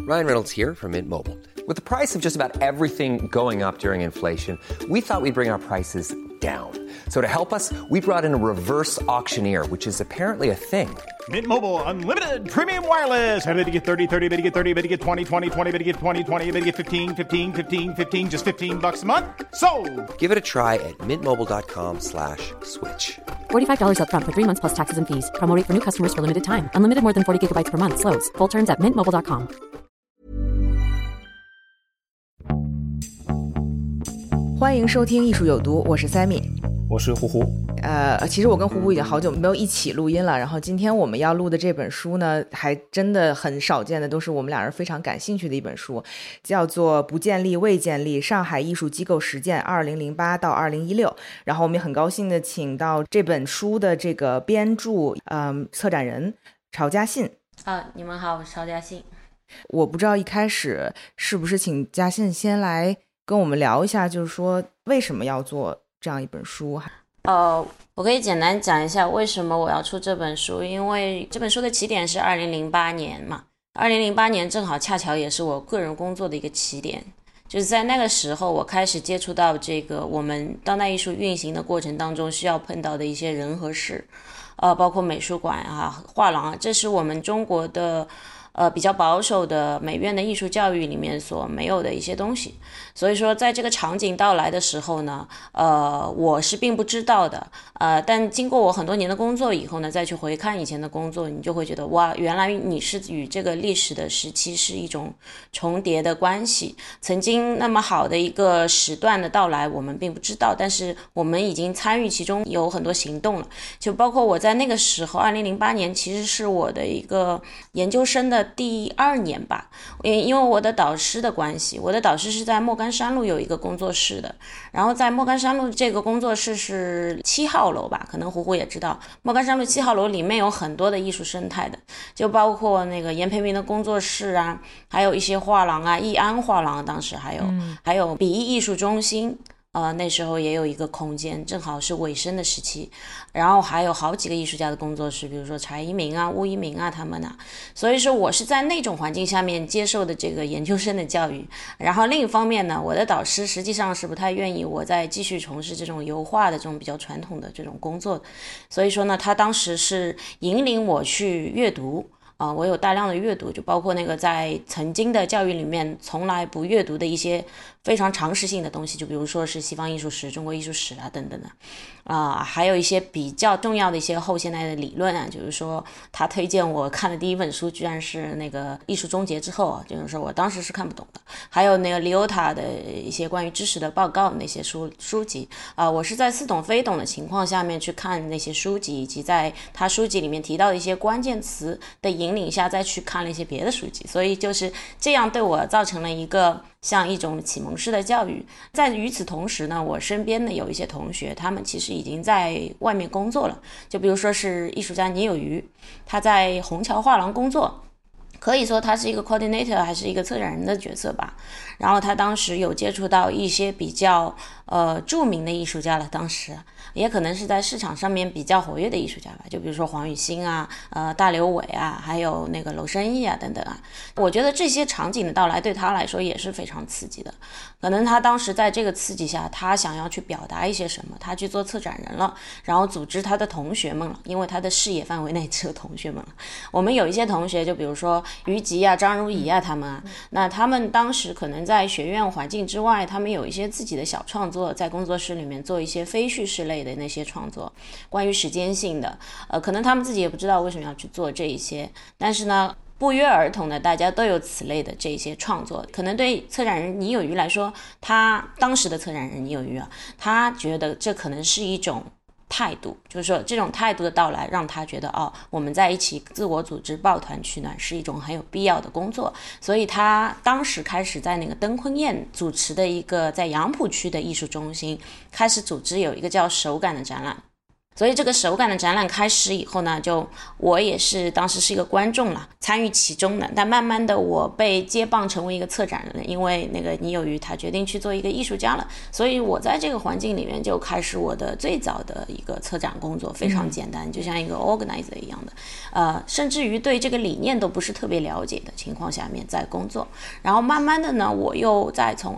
Ryan Reynolds here from Mint Mobile. With the price of just about everything going up during inflation, we thought we'd bring our prices down. So to help us, we brought in a reverse auctioneer, which is apparently a thing. Mint Mobile Unlimited Premium Wireless. How to get 30, 30, bit to get 30, bit to get 20, 20, 20, bit to get 20, 20, bit to get 15, 15, 15, 15, just $15 a month? Sold! Give it a try at mintmobile.com/switch. $45 up front for 3 months plus taxes and fees. Promo rate for new customers for limited time. Unlimited more than 40 gigabytes per month. Slows full terms at mintmobile.com. 欢迎收听艺术有毒，我是 Sammy， 我是胡胡。 其实我跟胡胡已经好久没有一起录音了，然后今天我们要录的这本书呢，还真的很少见的，都是我们俩人非常感兴趣的一本书，叫做《不建立未建立：上海艺术机构实践2008到2016》。然后我们也很高兴的请到这本书的这个编著策展人曹嘉信。 你们好，我是曹嘉信。 我不知道一开始是不是请嘉信先来跟我们聊一下，就是说为什么要做这样一本书。 我可以简单讲一下为什么我要出这本书，因为这本书的起点是2008年嘛，2008年正好恰巧也是我个人工作的一个起点，就是在那个时候我开始接触到这个我们当代艺术运行的过程当中需要碰到的一些人和事，包括美术馆啊、画廊啊，这是我们中国的比较保守的美院的艺术教育里面所没有的一些东西。所以说在这个场景到来的时候呢，我是并不知道的，但经过我很多年的工作以后呢，再去回看以前的工作，你就会觉得哇，原来你是与这个历史的时期是一种重叠的关系，曾经那么好的一个时段的到来我们并不知道，但是我们已经参与其中，有很多行动了。就包括我在那个时候2008年其实是我的一个研究生的第2年吧，因为我的导师的关系，我的导师是在莫干山路有一个工作室的，然后在莫干山路这个工作室是7号楼吧，可能胡胡也知道，莫干山路7号楼里面有很多的艺术生态的，就包括那个严培明的工作室啊，还有一些画廊啊，易安画廊当时还有笔艺艺术中心。那时候也有一个空间，正好是尾声的时期，然后还有好几个艺术家的工作室，比如说柴一鸣啊、邬一鸣啊他们啊，所以说我是在那种环境下面接受的这个研究生的教育。然后另一方面呢，我的导师实际上是不太愿意我再继续从事这种油画的这种比较传统的这种工作，所以说呢，他当时是引领我去阅读。我有大量的阅读，就包括那个在曾经的教育里面从来不阅读的一些非常常识性的东西，就比如说是西方艺术史、中国艺术史啊等等的，还有一些比较重要的一些后现代的理论啊，就是说他推荐我看的第一本书居然是那个《艺术终结》之后啊，就是说我当时是看不懂的，还有那个利欧塔的一些关于知识的报告那些书籍我是在似懂非懂的情况下面去看那些书籍，以及在他书籍里面提到的一些关键词的引领下再去看了一些别的书籍，所以就是这样对我造成了一个像一种启蒙式的教育。在与此同时呢，我身边的有一些同学，他们其实已经在外面工作了，就比如说是艺术家倪有余，他在虹桥画廊工作，可以说他是一个 coordinator 还是一个策展人的角色吧。然后他当时有接触到一些比较著名的艺术家了，当时也可能是在市场上面比较活跃的艺术家吧，就比如说黄宇兴啊、大刘伟啊，还有那个娄生义啊等等啊。我觉得这些场景的到来对他来说也是非常刺激的，可能他当时在这个刺激下，他想要去表达一些什么，他去做策展人了，然后组织他的同学们了，因为他的视野范围内只有同学们了。我们有一些同学，就比如说于吉啊、张如仪啊他们啊，那他们当时可能在学院环境之外，他们有一些自己的小创作，在工作室里面做一些非叙事类的那些创作，关于时间性的，可能他们自己也不知道为什么要去做这一些，但是呢，不约而同的大家都有此类的这些创作。可能对策展人倪有余来说，他当时的策展人倪有余啊，他觉得这可能是一种态度，就是说这种态度的到来让他觉得我们在一起自我组织抱团取暖是一种很有必要的工作，所以他当时开始在那个灯昆宴主持的一个在杨浦区的艺术中心开始组织有一个叫手感的展览。 所以这个手感的展览开始以后呢，就我也是当时是一个观众了，参与其中的。但慢慢的我被接棒成为一个策展人，因为那个倪有余他决定去做一个艺术家了，所以我在这个环境里面就开始我的最早的一个策展工作，非常简单，就像一个 organizer 一样的，甚至于对这个理念都不是特别了解的情况下面在工作。然后慢慢的呢，我又在从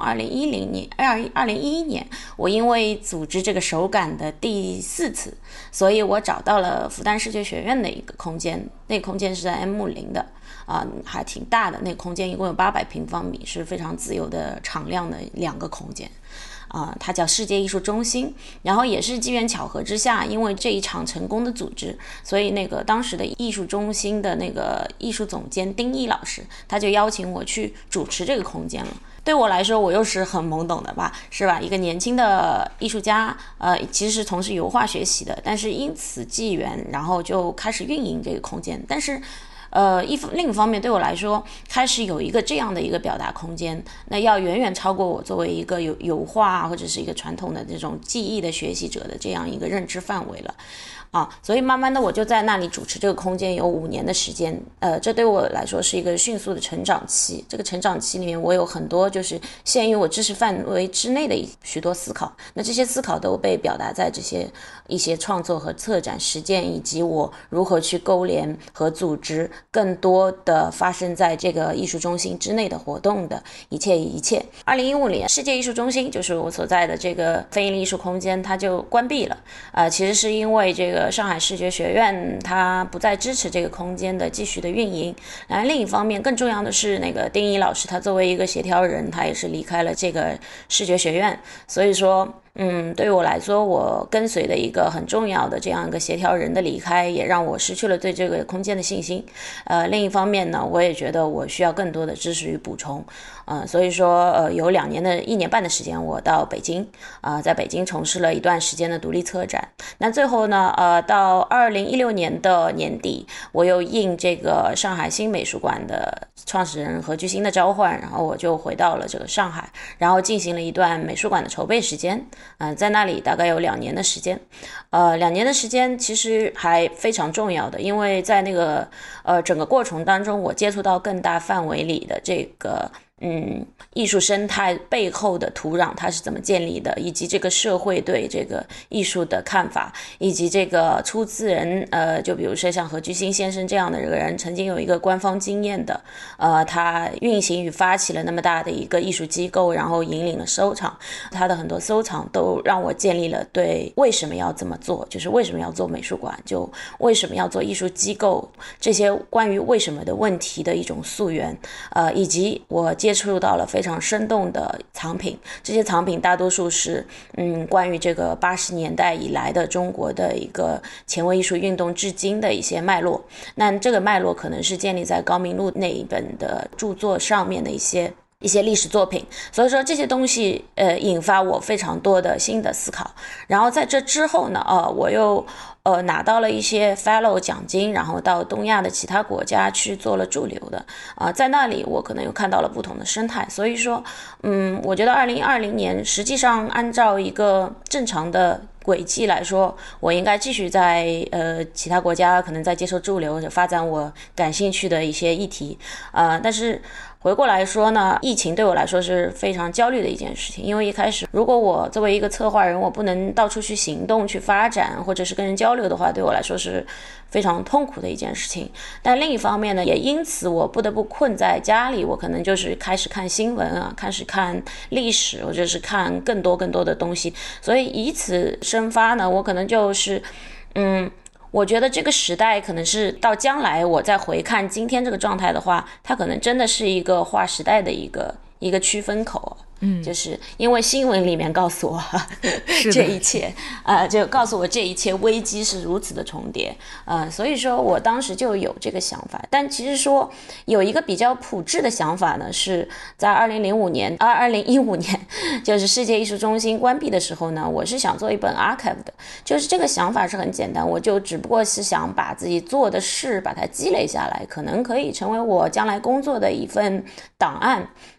2011年，我因为组织这个手感的第4次，所以我找到了复旦视觉学院的一个空间，那个空间是在 M50的还挺大的，那个空间一共有800平方米，是非常自由的敞亮的2个空间。它叫世界艺术中心，然后也是机缘巧合之下，因为这一场成功的组织，所以那个当时的艺术中心的那个艺术总监丁一老师，他就邀请我去主持这个空间了。对我来说，我又是很懵懂的吧，是吧？一个年轻的艺术家，其实是从事油画学习的，但是因此机缘，然后就开始运营这个空间。但是另一方面对我来说，开始有一个这样的一个表达空间，那要远远超过我作为一个油画或者是一个传统的这种技艺的学习者的这样一个认知范围了。所以慢慢的我就在那里主持这个空间有5年的时间，这对我来说是一个迅速的成长期。这个成长期里面，我有很多就是限于我知识范围之内的许多思考，那这些思考都被表达在一些创作和策展实践，以及我如何去勾连和组织更多的发生在这个艺术中心之内的活动的一切。2015年，世界艺术中心就是我所在的这个非营利艺术空间，它就关闭了。其实是因为这个上海视觉学院它不再支持这个空间的继续的运营。然后另一方面，更重要的是那个丁一老师，他作为一个协调人，他也是离开了这个视觉学院。所以说对于我来说，我跟随的一个很重要的这样一个协调人的离开，也让我失去了对这个空间的信心。另一方面呢，我也觉得我需要更多的知识与补充。所以说有1年半的时间，我到北京，在北京从事了一段时间的独立策展。那最后呢，到2016年的年底，我又应这个上海新美术馆的创始人何居新的召唤，然后我就回到了这个上海，然后进行了一段美术馆的筹备时间。在那里大概有2年的时间。2年的时间其实还非常重要的，因为在那个整个过程当中，我接触到更大范围里的这个艺术生态背后的土壤它是怎么建立的，以及这个社会对这个艺术的看法，以及这个出资人就比如说像何居新先生这样的人，曾经有一个官方经验的他运行与发起了那么大的一个艺术机构，然后引领了收藏，他的很多收藏都让我建立了对为什么要这么做，就是为什么要做美术馆，就为什么要做艺术机构，这些关于为什么的问题的一种溯源。以及我接触到了非常生动的藏品，这些藏品大多数是关于这个80年代以来的中国的一个前卫艺术运动至今的一些脉络。那这个脉络可能是建立在高明路那一本的著作上面的一些历史作品，所以说这些东西引发我非常多的新的思考。然后在这之后呢，我又拿到了一些 fellow 奖金，然后到东亚的其他国家去做了驻留的在那里我可能又看到了不同的生态。所以说我觉得2020年实际上按照一个正常的轨迹来说，我应该继续在其他国家可能在接受驻留，发展我感兴趣的一些议题但是回过来说呢，疫情对我来说是非常焦虑的一件事情。因为一开始如果我作为一个策划人，我不能到处去行动去发展，或者是跟人交流的话，对我来说是非常痛苦的一件事情。但另一方面呢，也因此我不得不困在家里，我可能就是开始看新闻开始看历史，或者是看更多的东西。所以以此生发呢，我可能就是我觉得这个时代可能是到将来我再回看今天这个状态的话，它可能真的是一个划时代的一个区分口。就是因为新闻里面告诉我这一切就告诉我这一切危机是如此的重叠所以说我当时就有这个想法。但其实说有一个比较朴质的想法呢，是在2015年就是世界艺术中心关闭的时候呢，我是想做一本 archive 的。就是这个想法是很简单，我就只不过是想把自己做的事把它积累下来，可能可以成为我将来工作的一份档案。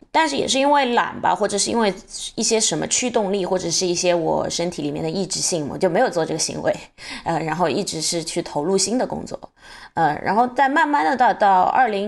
但是也是因为懒吧，或者是因为一些什么驱动力，或者是一些我身体里面的意志性，我就没有做这个行为，然后一直是去投入新的工作，然后再慢慢的到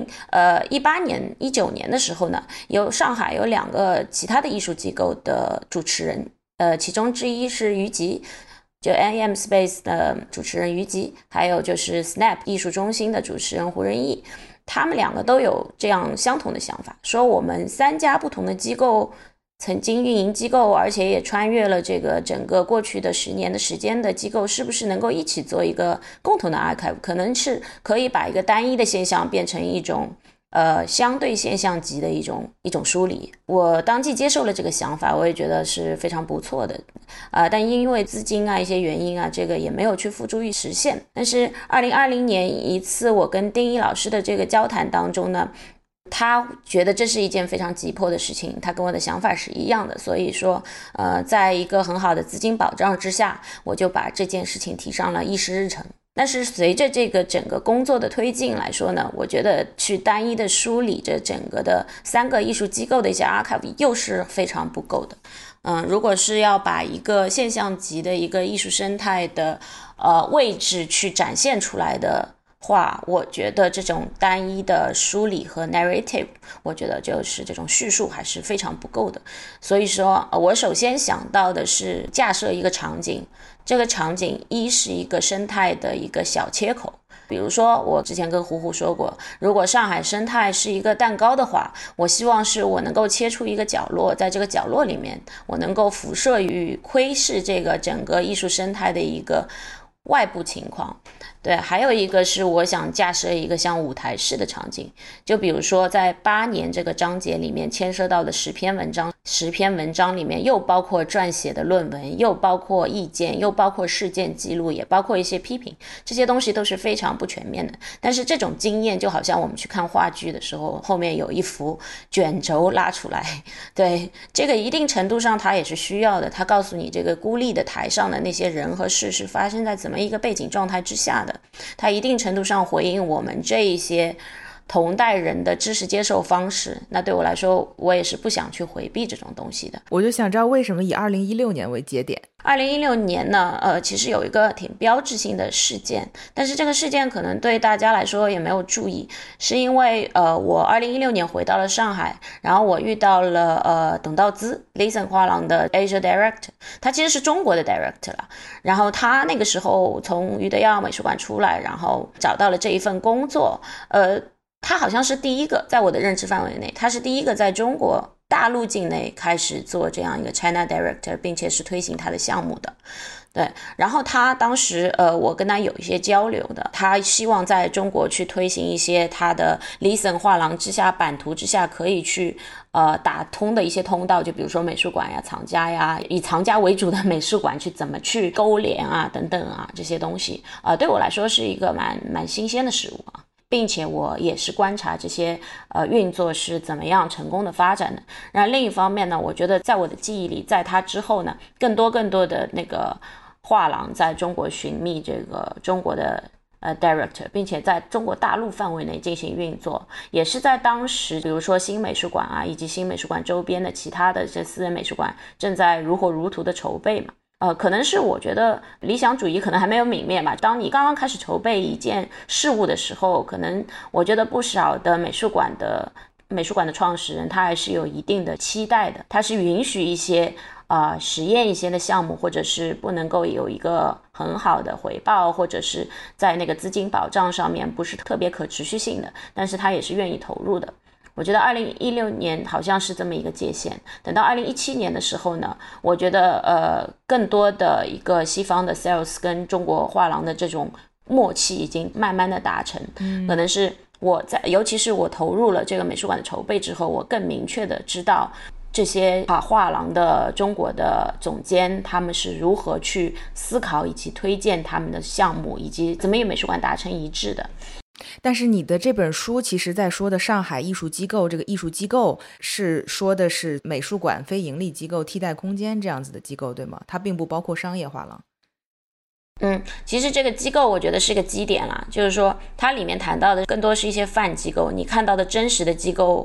2018年、19年的时候呢，上海有2个其他的艺术机构的主持人，其中之一是于吉。就 NEM Space 的主持人于吉，还有就是 Snap 艺术中心的主持人胡仁义，他们2个都有这样相同的想法，说我们3家不同的机构曾经运营机构，而且也穿越了这个整个过去的10年的时间的机构，是不是能够一起做一个共同的 archive， 可能是可以把一个单一的现象变成一种相对现象级的一种梳理。我当即接受了这个想法，我也觉得是非常不错的，但因为资金啊一些原因啊，这个也没有去付诸于实现。但是2020年一次我跟丁一老师的这个交谈当中呢，他觉得这是一件非常急迫的事情，他跟我的想法是一样的，所以说在一个很好的资金保障之下，我就把这件事情提上了议事日程。但是随着这个整个工作的推进来说呢，我觉得去单一的梳理这整个的3个艺术机构的一些 archive 又是非常不够的。如果是要把一个现象级的一个艺术生态的位置去展现出来的话，我觉得这种单一的梳理和 narrative， 我觉得就是这种叙述还是非常不够的。所以说我首先想到的是架设一个场景，这个场景一是一个生态的一个小切口，比如说我之前跟胡胡说过，如果上海生态是一个蛋糕的话，我希望是我能够切出一个角落，在这个角落里面我能够辐射与窥视这个整个艺术生态的一个外部情况。对，还有一个是我想架设一个像舞台式的场景，就比如说在8年这个章节里面牵涉到的10篇文章，10篇文章里面又包括撰写的论文，又包括意见，又包括事件记录，也包括一些批评，这些东西都是非常不全面的。但是这种经验就好像我们去看话剧的时候，后面有一幅卷轴拉出来，对，这个一定程度上它也是需要的，它告诉你这个孤立的台上的那些人和事是发生在怎么一个背景状态之下的，它一定程度上回应我们这一些同代人的知识接受方式。那对我来说，我也是不想去回避这种东西的。 我就想知道为什么以2016年为节点。 2016年呢，其实有一个挺标志性的事件，但是这个事件可能对大家来说也没有注意，是因为我2016年回到了上海，然后我遇到了董道兹 Listen 画廊的 Asia Director， 他其实是中国的 Director 啦，然后他那个时候从余德耀美术馆出来，然后找到了这一份工作，他好像是第一个，在我的认知范围内，他是第一个在中国大陆境内开始做这样一个 China Director， 并且是推行他的项目的。对，然后他当时我跟他有一些交流的，他希望在中国去推行一些他的 Listen 画廊之下版图之下可以去打通的一些通道，就比如说美术馆呀、藏家呀，以藏家为主的美术馆去怎么去勾连啊等等啊，这些东西对我来说是一个蛮新鲜的事物啊，并且我也是观察这些运作是怎么样成功的发展的。然后另一方面呢，我觉得在我的记忆里，在他之后呢，更多的那个画廊在中国寻觅这个中国的director， 并且在中国大陆范围内进行运作，也是在当时比如说新美术馆啊，以及新美术馆周边的其他的这私人美术馆正在如火如荼的筹备嘛。可能是我觉得理想主义可能还没有泯灭吧。当你刚刚开始筹备一件事物的时候，可能我觉得不少的美术馆的创始人他还是有一定的期待的，他是允许一些实验一些的项目，或者是不能够有一个很好的回报，或者是在那个资金保障上面不是特别可持续性的，但是他也是愿意投入的。我觉得2016年好像是这么一个界限，等到2017年的时候呢，我觉得更多的一个西方的 sales 跟中国画廊的这种默契已经慢慢的达成，可能是尤其是我投入了这个美术馆的筹备之后，我更明确的知道这些画廊的中国的总监他们是如何去思考以及推荐他们的项目，以及怎么与美术馆达成一致的。 但是你的这本书其实在说的上海艺术机构，这个艺术机构是说的是美术馆、非盈利机构、替代空间这样子的机构，对吗？它并不包括商业画廊。 其实这个机构我觉得是个基点啦，就是说它里面谈到的更多是一些泛机构，你看到的真实的机构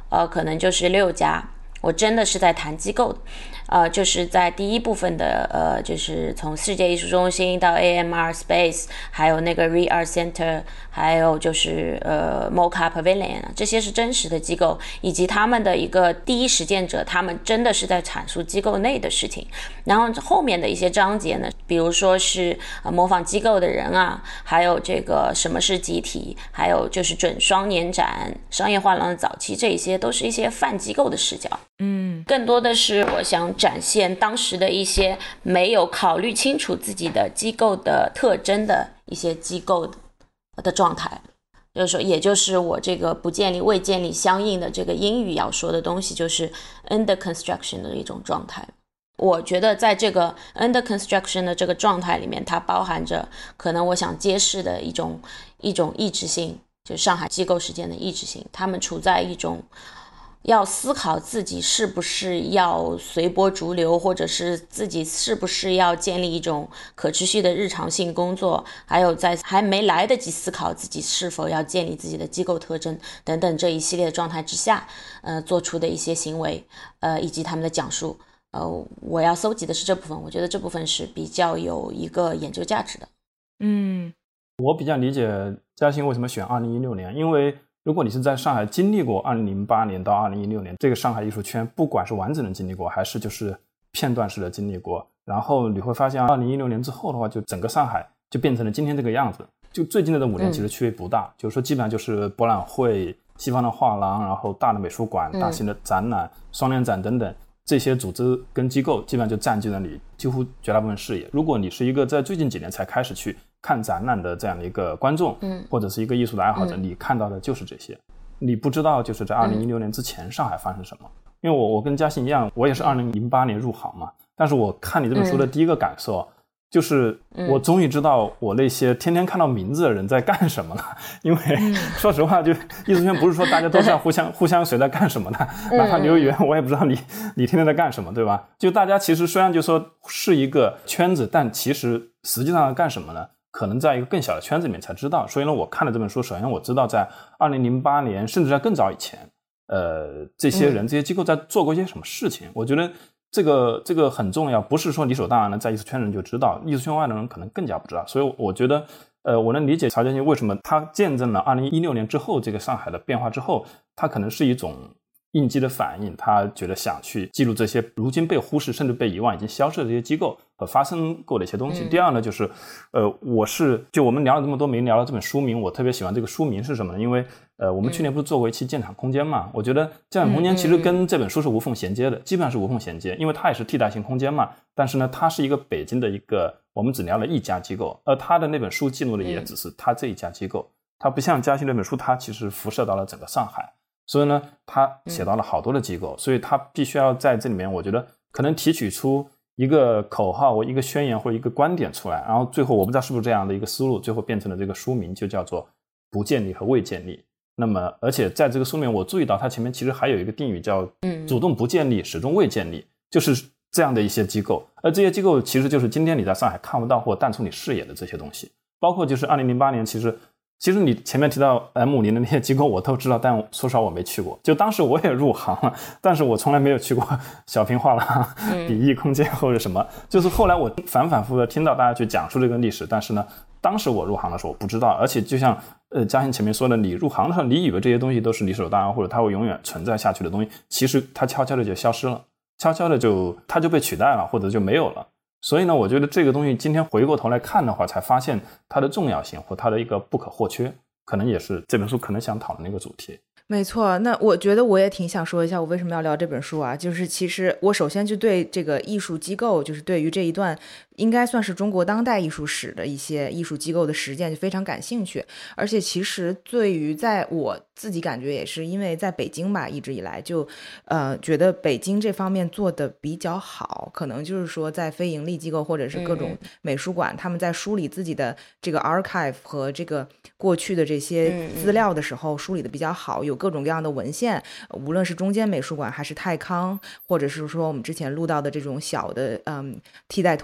可能就是6家，我真的是在谈机构的，就是在第一部分的就是从世界艺术中心到 AMR Space， 还有那个 Re-Art Center， 还有就是Mocha Pavilion， 这些是真实的机构，以及他们的一个第一实践者，他们真的是在阐述机构内的事情。然后后面的一些章节呢，比如说是模仿机构的人啊，还有这个什么是集体，还有就是准双年展、商业画廊的早期，这一些都是一些泛机构的视角。更多的是我想展现当时的一些没有考虑清楚自己的机构的特征的一些机构的状态，就是说，也就是我这个不建立未建立相应的这个英语要说的东西，就是 under construction 的一种状态。我觉得在这个 under construction 的这个状态里面，它包含着可能我想揭示的一种意志性，就是上海机构实践的意志性，他们处在一种要思考自己是不是要随波逐流，或者是自己是不是要建立一种可持续的日常性工作，还有在还没来得及思考自己是否要建立自己的机构特征等等这一系列的状态之下，做出的一些行为，以及他们的讲述。我要搜集的是这部分，我觉得这部分是比较有一个研究价值的。 我比较理解嘉欣为什么选2016年，因为如果你是在上海经历过2008年到2016年这个上海艺术圈，不管是完整的经历过还是就是片段式的经历过，然后你会发现2016年之后的话，就整个上海就变成了今天这个样子。就最近的5年其实区别不大，就是说基本上就是博览会、西方的画廊，然后大的美术馆、大型的展览、双年展等等，这些组织跟机构基本上就占据了你几乎绝大部分视野。如果你是一个在最近几年才开始去看展览的这样的一个观众，或者是一个艺术的爱好者，你看到的就是这些，你不知道就是在2016年之前上海发生什么。因为我跟嘉欣一样，我也是2008年入行嘛，但是我看你这本书的第一个感受就是我终于知道我那些天天看到名字的人在干什么了。因为说实话，就艺术圈不是说大家都是要互相谁在干什么的，哪怕留言我也不知道你天天在干什么，对吧？就大家其实虽然就说是一个圈子，但其实实际上干什么呢，可能在一个更小的圈子里面才知道。所以呢，我看了这本书，首先我知道在2008年甚至在更早以前，这些人这些机构在做过一些什么事情。我觉得这个很重要，不是说理所当然的在艺术圈人就知道，艺术圈外的人可能更加不知道。所以我觉得我能理解曹嘉欣为什么他见证了2016年之后这个上海的变化之后，他可能是一种应激的反应，他觉得想去记录这些如今被忽视甚至被遗忘已经消失的这些机构和发生过的一些东西。第二呢，就是我们聊了这么多没聊到这本书名，我特别喜欢这个书名是什么呢？因为我们去年不是做过一期建厂空间嘛，我觉得建厂空间其实跟这本书是无缝衔接的，基本上是无缝衔接，因为它也是替代性空间嘛。但是呢，它是一个北京的一个我们只聊了一家机构，而他的那本书记录的也只是他这一家机构，它不像嘉欣那本书，它其实辐射到了整个上海。所以呢，他写到了好多的机构，所以他必须要在这里面，我觉得可能提取出一个口号、一个宣言或者一个观点出来，然后最后我不知道是不是这样的一个思路，最后变成了这个书名，就叫做不建立和未建立。那么而且在这个书里面我注意到它前面其实还有一个定语叫主动不建立始终未建立，就是这样的一些机构。而这些机构其实就是今天你在上海看不到或淡出你视野的这些东西，包括就是2008年其实你前面提到 M50 的那些机构我都知道，但说实话我没去过。就当时我也入行了，但是我从来没有去过小平画廊、笔艺空间或者什么。就是后来我反复的听到大家去讲述这个历史，但是呢，当时我入行的时候我不知道。而且就像嘉欣前面说的，你入行的时候你以为这些东西都是理所当然或者它会永远存在下去的东西，其实它悄悄的就消失了，悄悄的它就被取代了或者就没有了。所以呢，我觉得这个东西今天回过头来看的话，才发现它的重要性或它的一个不可或缺，可能也是这本书可能想讨论的一个主题。 没错，那我觉得我也挺想说一下我为什么要聊这本书啊，就是其实我首先就对这个艺术机构，就是对于这一段应该算是中国当代艺术史的一些艺术机构的实践就非常感兴趣。而且其实对于在我自己感觉也是因为在北京吧，一直以来就觉得北京这方面做的比较好，可能就是说在非盈利机构或者是各种美术馆，他们在梳理自己的这个 archive 和这个过去的这些资料的时候梳理的比较好，有各种各样的文献，无论是中间美术馆还是泰康，或者是说我们之前录到的这种小的替代空间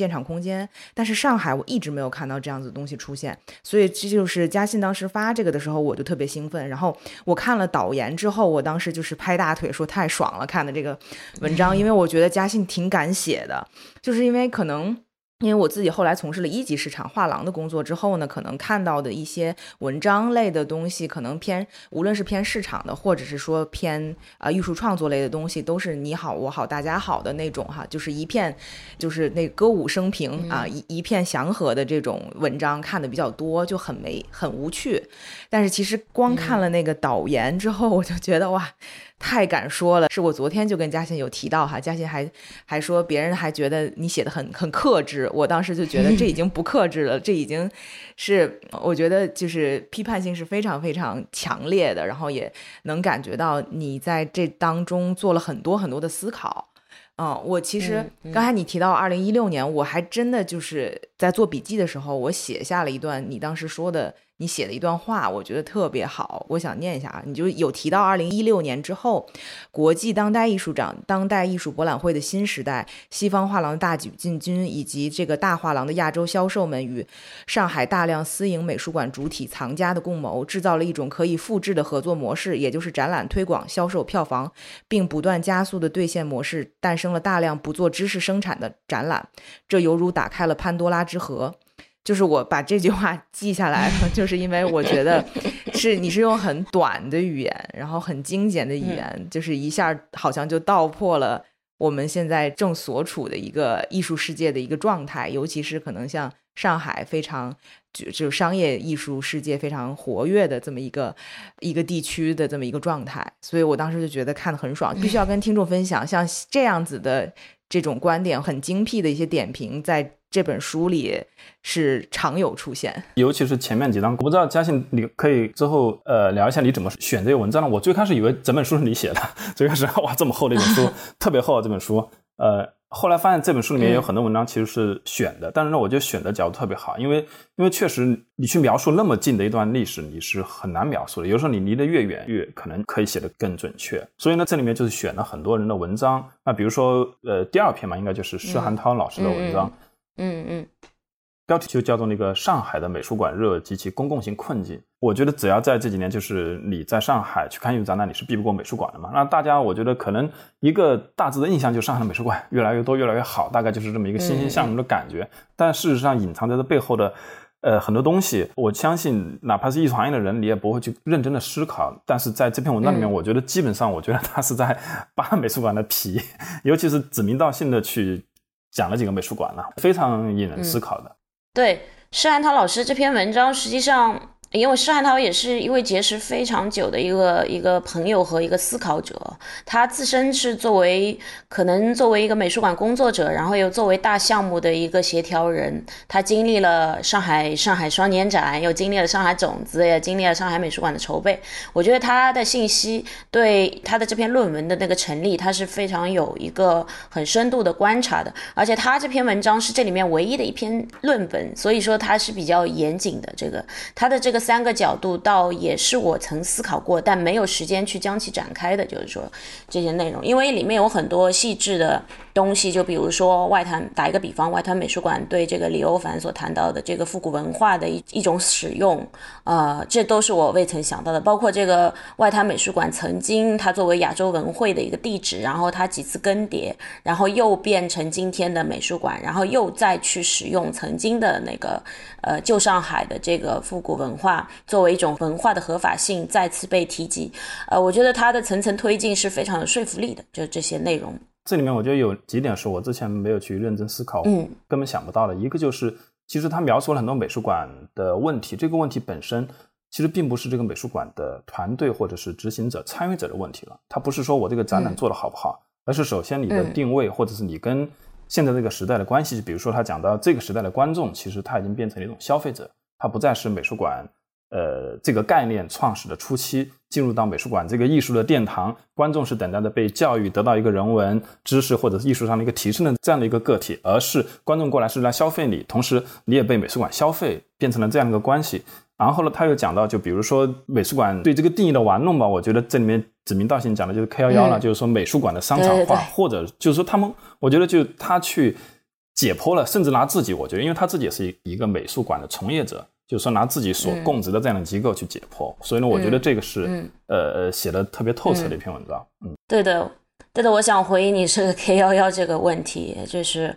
建厂空间，但是上海我一直没有看到这样子的东西出现，所以这就是嘉信当时发这个的时候我就特别兴奋，然后我看了导言之后，我当时就是拍大腿说太爽了，看的这个文章，因为我觉得嘉信挺敢写的，就是因为我自己后来从事了一级市场画廊的工作之后呢，可能看到的一些文章类的东西，可能无论是偏市场的，或者是说偏艺术创作类的东西，都是你好我好大家好的那种哈，就是一片就是那歌舞升平啊，一片祥和的这种文章看的比较多，就很无趣。但是其实光看了那个导言之后，我就觉得哇，太敢说了。是我昨天就跟嘉欣有提到哈，嘉欣还说别人还觉得你写的很克制，我当时就觉得这已经不克制了，这已经是我觉得就是批判性是非常非常强烈的，然后也能感觉到你在这当中做了很多很多的思考。我其实刚才你提到2016年，我还真的就是在做笔记的时候，我写下了一段你当时说的你写的一段话，我觉得特别好，我想念一下啊。你就有提到2016年之后，国际当代艺术展、当代艺术博览会的新时代，西方画廊大举进军，以及这个大画廊的亚洲销售们与上海大量私营美术馆主体藏家的共谋，制造了一种可以复制的合作模式，也就是展览推广销售票房并不断加速的兑现模式，诞生了大量不做知识生产的展览，这犹如打开了潘多拉之盒。就是我把这句话记下来了，就是因为我觉得你是用很短的语言，然后很精简的语言，就是一下好像就道破了我们现在正所处的一个艺术世界的一个状态，尤其是可能像上海非常就商业艺术世界非常活跃的这么一个地区的这么一个状态，所以我当时就觉得看得很爽，必须要跟听众分享像这样子的这种观点很精辟的一些点评，在这本书里是常有出现，尤其是前面几章。我不知道嘉信你可以之后聊一下你怎么选这些文章呢？我最开始以为整本书是你写的，最开始哇这么厚的一本书特别厚这本书，后来发现这本书里面有很多文章其实是选的，但是呢我觉得选的角度特别好，因为确实你去描述那么近的一段历史你是很难描述的，有时候你离得越远越可能可以写得更准确，所以呢这里面就是选了很多人的文章，那比如说第二篇嘛，应该就是施汉涛老师的文章，标题就叫做那个上海的美术馆热及其公共性困境。我觉得只要在这几年，就是你在上海去看艺术展览，你是避不过美术馆的嘛。那大家我觉得可能一个大致的印象就是上海的美术馆越来越多越来越好，大概就是这么一个欣欣向荣的感觉，但事实上隐藏在这背后的很多东西，我相信哪怕是艺术行业的人你也不会去认真的思考，但是在这篇文章里面我觉得基本上我觉得他是在扒美术馆的皮，尤其是指名道姓的去讲了几个美术馆了，非常引人思考的。 对，施汉涛老师这篇文章实际上因为施汉涛也是一位结识非常久的一个朋友和一个思考者，他自身是可能作为一个美术馆工作者，然后又作为大项目的一个协调人，他经历了上海双年展，又经历了上海种子，也经历了上海美术馆的筹备。我觉得他的信息对他的这篇论文的那个成立，他是非常有一个很深度的观察的，而且他这篇文章是这里面唯一的一篇论文，所以说他是比较严谨的，他的这个3个角度倒也是我曾思考过但没有时间去将其展开的，就是说这些内容，因为里面有很多细致的东西，就比如说外滩，打一个比方，外滩美术馆对这个李欧凡所谈到的这个复古文化的一种使用，这都是我未曾想到的，包括这个外滩美术馆曾经它作为亚洲文汇的一个地址，然后它几次更迭，然后又变成今天的美术馆，然后又再去使用曾经的那个旧上海的这个复古文化作为一种文化的合法性再次被提及，我觉得它的层层推进是非常有说服力的，就这些内容。 这里面我觉得有几点是我之前没有去认真思考，根本想不到的。一个就是其实他描述了很多美术馆的问题，这个问题本身其实并不是这个美术馆的团队或者是执行者参与者的问题了，它不是说我这个展览做得好不好，而是首先你的定位或者是你跟现在这个时代的关系，比如说他讲到这个时代的观众其实他已经变成了一种消费者，他不再是美术馆这个概念创始的初期进入到美术馆这个艺术的殿堂，观众是等待着被教育得到一个人文知识或者是艺术上的一个提升的这样的一个个体，而是观众过来是来消费你，同时你也被美术馆消费，变成了这样的一个关系。然后呢他又讲到就比如说美术馆对这个定义的玩弄吧，我觉得这里面指名道姓讲的就是 K11 了，就是说美术馆的商场化，或者就是说我觉得就他去解剖了，甚至拿自己，我觉得因为他自己也是一个美术馆的从业者，就是说拿自己所供职的这样的机构去解剖，所以呢我觉得这个是写的特别透彻的一篇文章。 对的，我想回应你这个 K11 这个问题，就是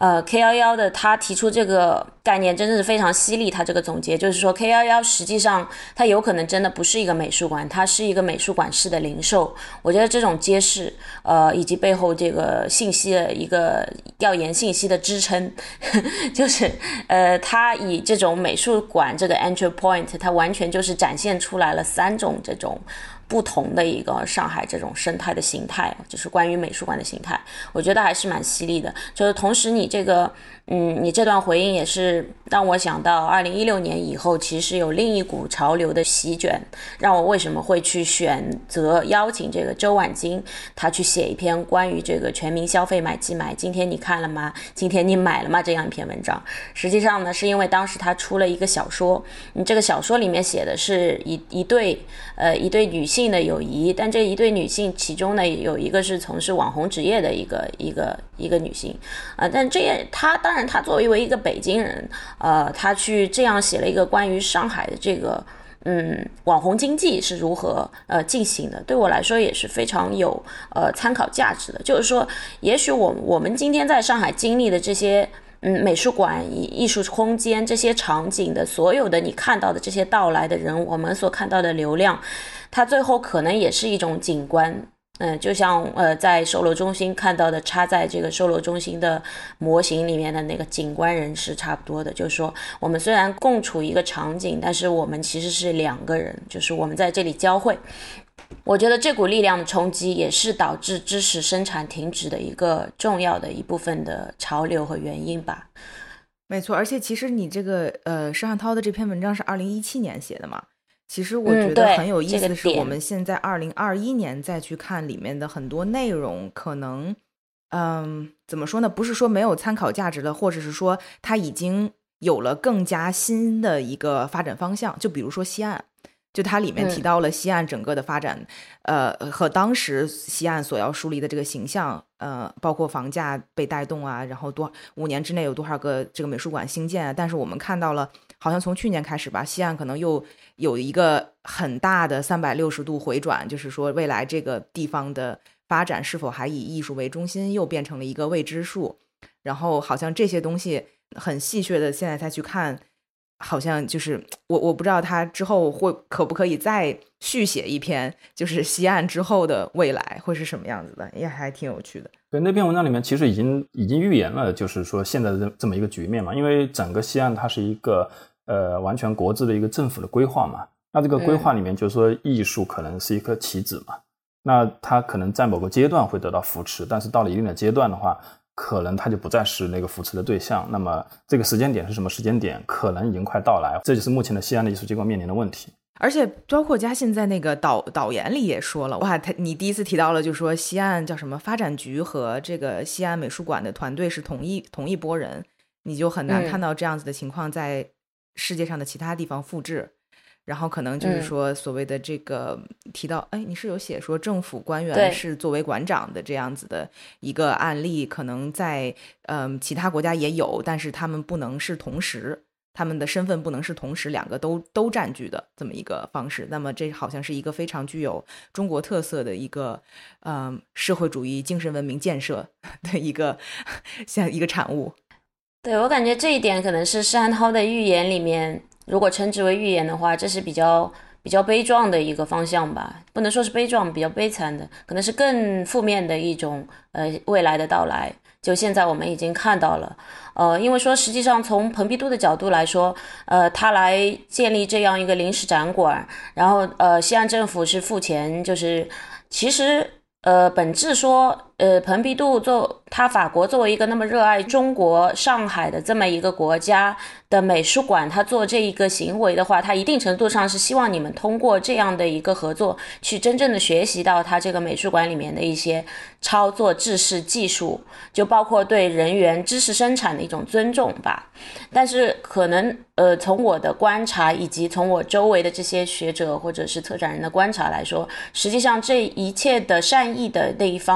K11 的他提出这个概念真的是非常犀利，他这个总结就是说 K11 实际上它有可能真的不是一个美术馆，它是一个美术馆式的零售。我觉得这种揭示以及背后这个信息的一个调研信息的支撑就是它以这种美术馆这个 entry point， 它完全就是展现出来了3种这种不同的一个上海这种生态的形态，就是关于美术馆的形态，我觉得还是蛮犀利的。就是同时你这个你这段回应也是让我想到2016年以后其实有另一股潮流的席卷，让我为什么会去选择邀请这个周婉金他去写一篇关于这个全民消费买即买，今天你看了吗？今天你买了吗？这样一篇文章。实际上呢是因为当时他出了一个小说，这个小说里面写的是一对女性的友谊，但这一对女性其中呢有一个是从事网红职业的一个女性但她当然她作为一个北京人她去这样写了一个关于上海的这个网红经济是如何进行的，对我来说也是非常有参考价值的。就是说也许我们今天在上海经历的这些美术馆、艺术空间这些场景的所有的你看到的这些到来的人，我们所看到的流量，它最后可能也是一种景观。就像在售楼中心看到的插在这个售楼中心的模型里面的那个景观人是差不多的，就是说我们虽然共处一个场景，但是我们其实是2个人，就是我们在这里交汇。我觉得这股力量的冲击也是导致知识生产停止的一个重要的一部分的潮流和原因吧。 没错，而且其实你这个施汉涛的这篇文章是2017年写的嘛，其实我觉得很有意思的是，我们现在2021年再去看里面的很多内容，可能怎么说呢，不是说没有参考价值了，或者是说它已经有了更加新的一个发展方向。就比如说西岸，就它里面提到了西岸整个的发展和当时西岸所要树立的这个形象包括房价被带动啊，然后5年之内有多少个这个美术馆兴建啊。但是我们看到了好像从去年开始吧，西岸可能又有一个很大的360度回转，就是说未来这个地方的发展是否还以艺术为中心又变成了一个未知数。然后好像这些东西很戏谑的现在才去看，好像就是我不知道他之后可不可以再续写一篇，就是西岸之后的未来会是什么样子的，也还挺有趣的。 对，那篇文章里面其实已经预言了，就是说现在的这么一个局面嘛，因为整个西岸它是一个完全国制的一个政府的规划嘛，那这个规划里面就是说艺术可能是一颗棋子嘛，那它可能在某个阶段会得到扶持，但是到了一定的阶段的话，可能它就不再是那个扶持的对象。那么这个时间点是什么时间点，可能已经快到来，这就是目前的西安的艺术机构面临的问题。 而且包括嘉信在那个导言里也说了，哇，你第一次提到了，就是说西岸叫什么发展局和这个西安美术馆的团队是同一拨人，你就很难看到这样子的情况在世界上的其他地方复制。然后可能就是说所谓的这个提到你是有写说政府官员是作为馆长的这样子的一个案例，可能在其他国家也有，但是他们不能是同时，他们的身份不能是同时2个都占据的这么一个方式。那么这好像是一个非常具有中国特色的一个社会主义精神文明建设的一个像一个产物。 对，我感觉这一点可能是施汉涛的预言里面，如果称之为预言的话，这是比较悲壮的一个方向吧，不能说是悲壮，比较悲惨的，可能是更负面的一种未来的到来。就现在我们已经看到了因为说实际上从蓬皮杜的角度来说他来建立这样一个临时展馆，然后西安政府是付钱，就是其实本质说蓬皮杜他法国作为一个那么热爱中国上海的这么一个国家的美术馆，他做这一个行为的话，他一定程度上是希望你们通过这样的一个合作去真正的学习到他这个美术馆里面的一些操作制式技术，就包括对人员知识生产的一种尊重吧。但是可能从我的观察以及从我周围的这些学者或者是策展人的观察来说，实际上这一切的善意的那一方都没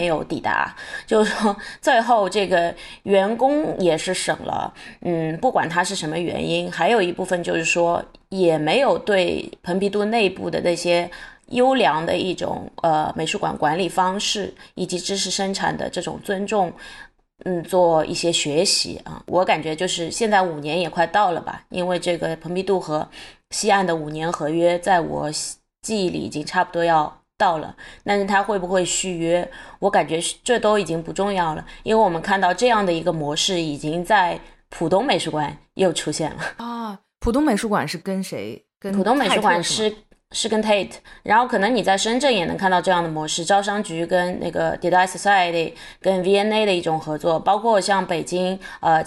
没有抵达，就是说最后这个员工也是省了，不管他是什么原因，还有一部分就是说也没有对蓬皮杜内部的那些优良的一种美术馆管理方式以及知识生产的这种尊重做一些学习啊。我感觉就是现在5年也快到了吧，因为这个蓬皮杜和西岸的5年合约在我记忆里已经差不多要到了，但是他会不会续约，我感觉这都已经不重要了，因为我们看到这样的一个模式已经在浦东美术馆又出现了啊。浦东美术馆是跟谁？跟浦东美术馆是跟 Tate， 然后可能你在深圳也能看到这样的模式，招商局跟那个 Dada Society 跟 V&A 的一种合作，包括像北京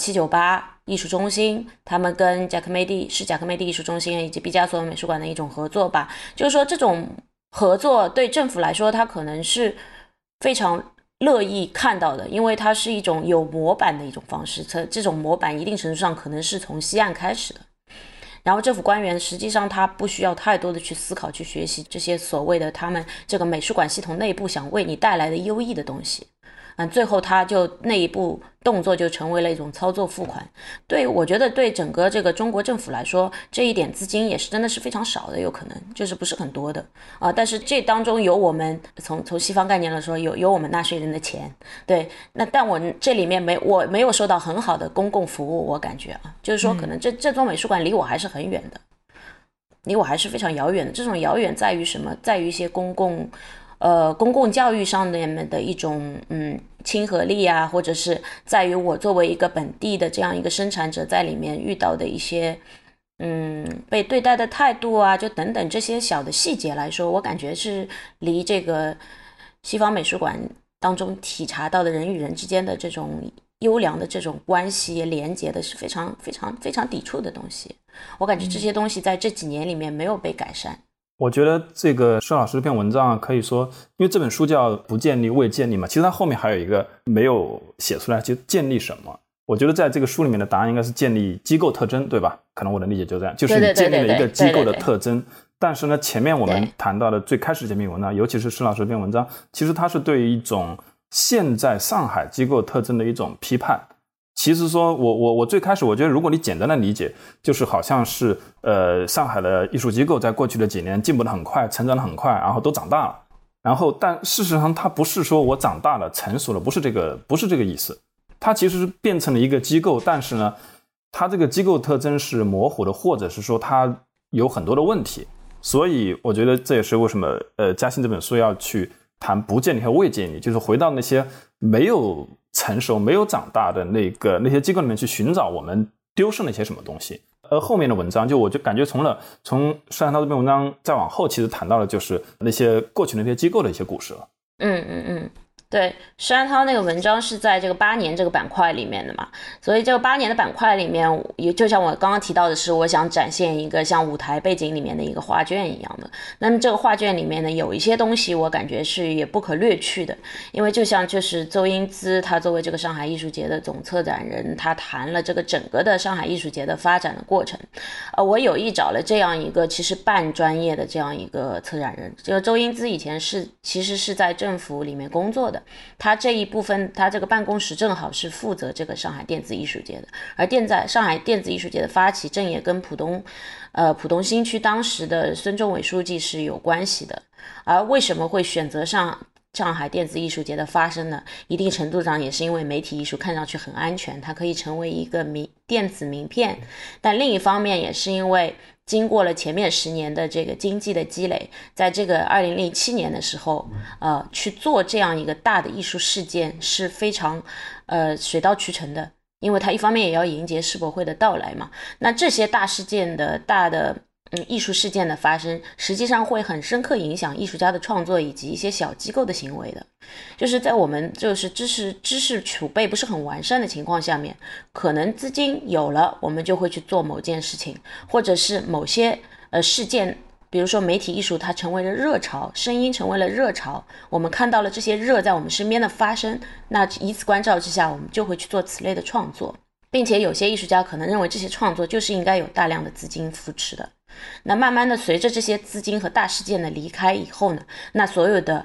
798艺术中心，他们跟贾科梅蒂艺术中心以及毕加索美术馆的一种合作吧。就是说这种合作对政府来说，它可能是非常乐意看到的，因为它是一种有模板的一种方式，这种模板一定程度上可能是从西岸开始的。然后政府官员实际上他不需要太多的去思考去学习这些所谓的他们这个美术馆系统内部想为你带来的优异的东西，最后他就那一步动作就成为了一种操作付款。对，我觉得对整个这个中国政府来说，这一点资金也是真的是非常少的，有可能就是不是很多的但是这当中有我们从西方概念来说有我们纳税人的钱，对，但我这里面我没有受到很好的公共服务，我感觉就是说可能这座美术馆离我还是很远的，离我还是非常遥远的。这种遥远在于什么？在于一些公共教育上面的一种亲和力啊，或者是在于我作为一个本地的这样一个生产者在里面遇到的一些被对待的态度啊，就等等这些小的细节来说，我感觉是离这个西方美术馆当中体察到的人与人之间的这种优良的这种关系连接的是非常非常非常抵触的东西。我感觉这些东西在这几年里面没有被改善。 我觉得这个施老师这篇文章可以说，因为这本书叫不建立未建立嘛，其实它后面还有一个没有写出来，就建立什么。我觉得在这个书里面的答案应该是建立机构特征，对吧？可能我的理解就这样，就是你建立了一个机构的特征。但是呢，前面我们谈到的最开始这篇文章，尤其是施老师这篇文章，其实它是对于一种现在上海机构特征的一种批判。其实说我最开始我觉得，如果你简单的理解，就是好像是上海的艺术机构在过去的几年进步得很快，成长得很快，然后都长大了。然后但事实上它不是说我长大了成熟了，不是这个意思。它其实是变成了一个机构，但是呢它这个机构特征是模糊的，或者是说它有很多的问题。所以我觉得这也是为什么嘉兴这本书要去谈不建立和未建立，就是回到那些没有成熟没有长大的那些机构里面去寻找我们丢失了一些什么东西。后面的文章我就感觉从施汉涛这篇文章再往后，其实谈到的就是那些过去的那些机构的一些故事了。 对，施汉涛那个文章是在这个8年这个板块里面的嘛，所以这个8年的板块里面，也就像我刚刚提到的是，我想展现一个像舞台背景里面的一个画卷一样的。那么这个画卷里面呢，有一些东西我感觉是也不可略去的，因为就像就是邹英姿他作为这个上海艺术节的总策展人，他谈了这个整个的上海艺术节的发展的过程。我有意找了这样一个其实半专业的这样一个策展人，这个邹英姿以前其实是在政府里面工作的。他这一部分，他这个办公室正好是负责这个上海电子艺术节的，而上海电子艺术节的发起正也跟浦东新区当时的孙中伟书记是有关系的。而为什么会选择上海电子艺术节的发生呢？一定程度上也是因为媒体艺术看上去很安全，它可以成为一个电子名片，但另一方面也是因为经过了前面10年的这个经济的积累，在这个2007年的时候去做这样一个大的艺术事件是非常水到渠成的，因为它一方面也要迎接世博会的到来嘛。那这些大事件的大的艺术事件的发生，实际上会很深刻影响艺术家的创作以及一些小机构的行为的。就是在我们就是知识储备不是很完善的情况下面，可能资金有了，我们就会去做某件事情，或者是某些事件，比如说媒体艺术它成为了热潮，声音成为了热潮，我们看到了这些热在我们身边的发生，那以此关照之下，我们就会去做此类的创作，并且有些艺术家可能认为这些创作就是应该有大量的资金扶持的。那慢慢的随着这些资金和大事件的离开以后呢，那所有的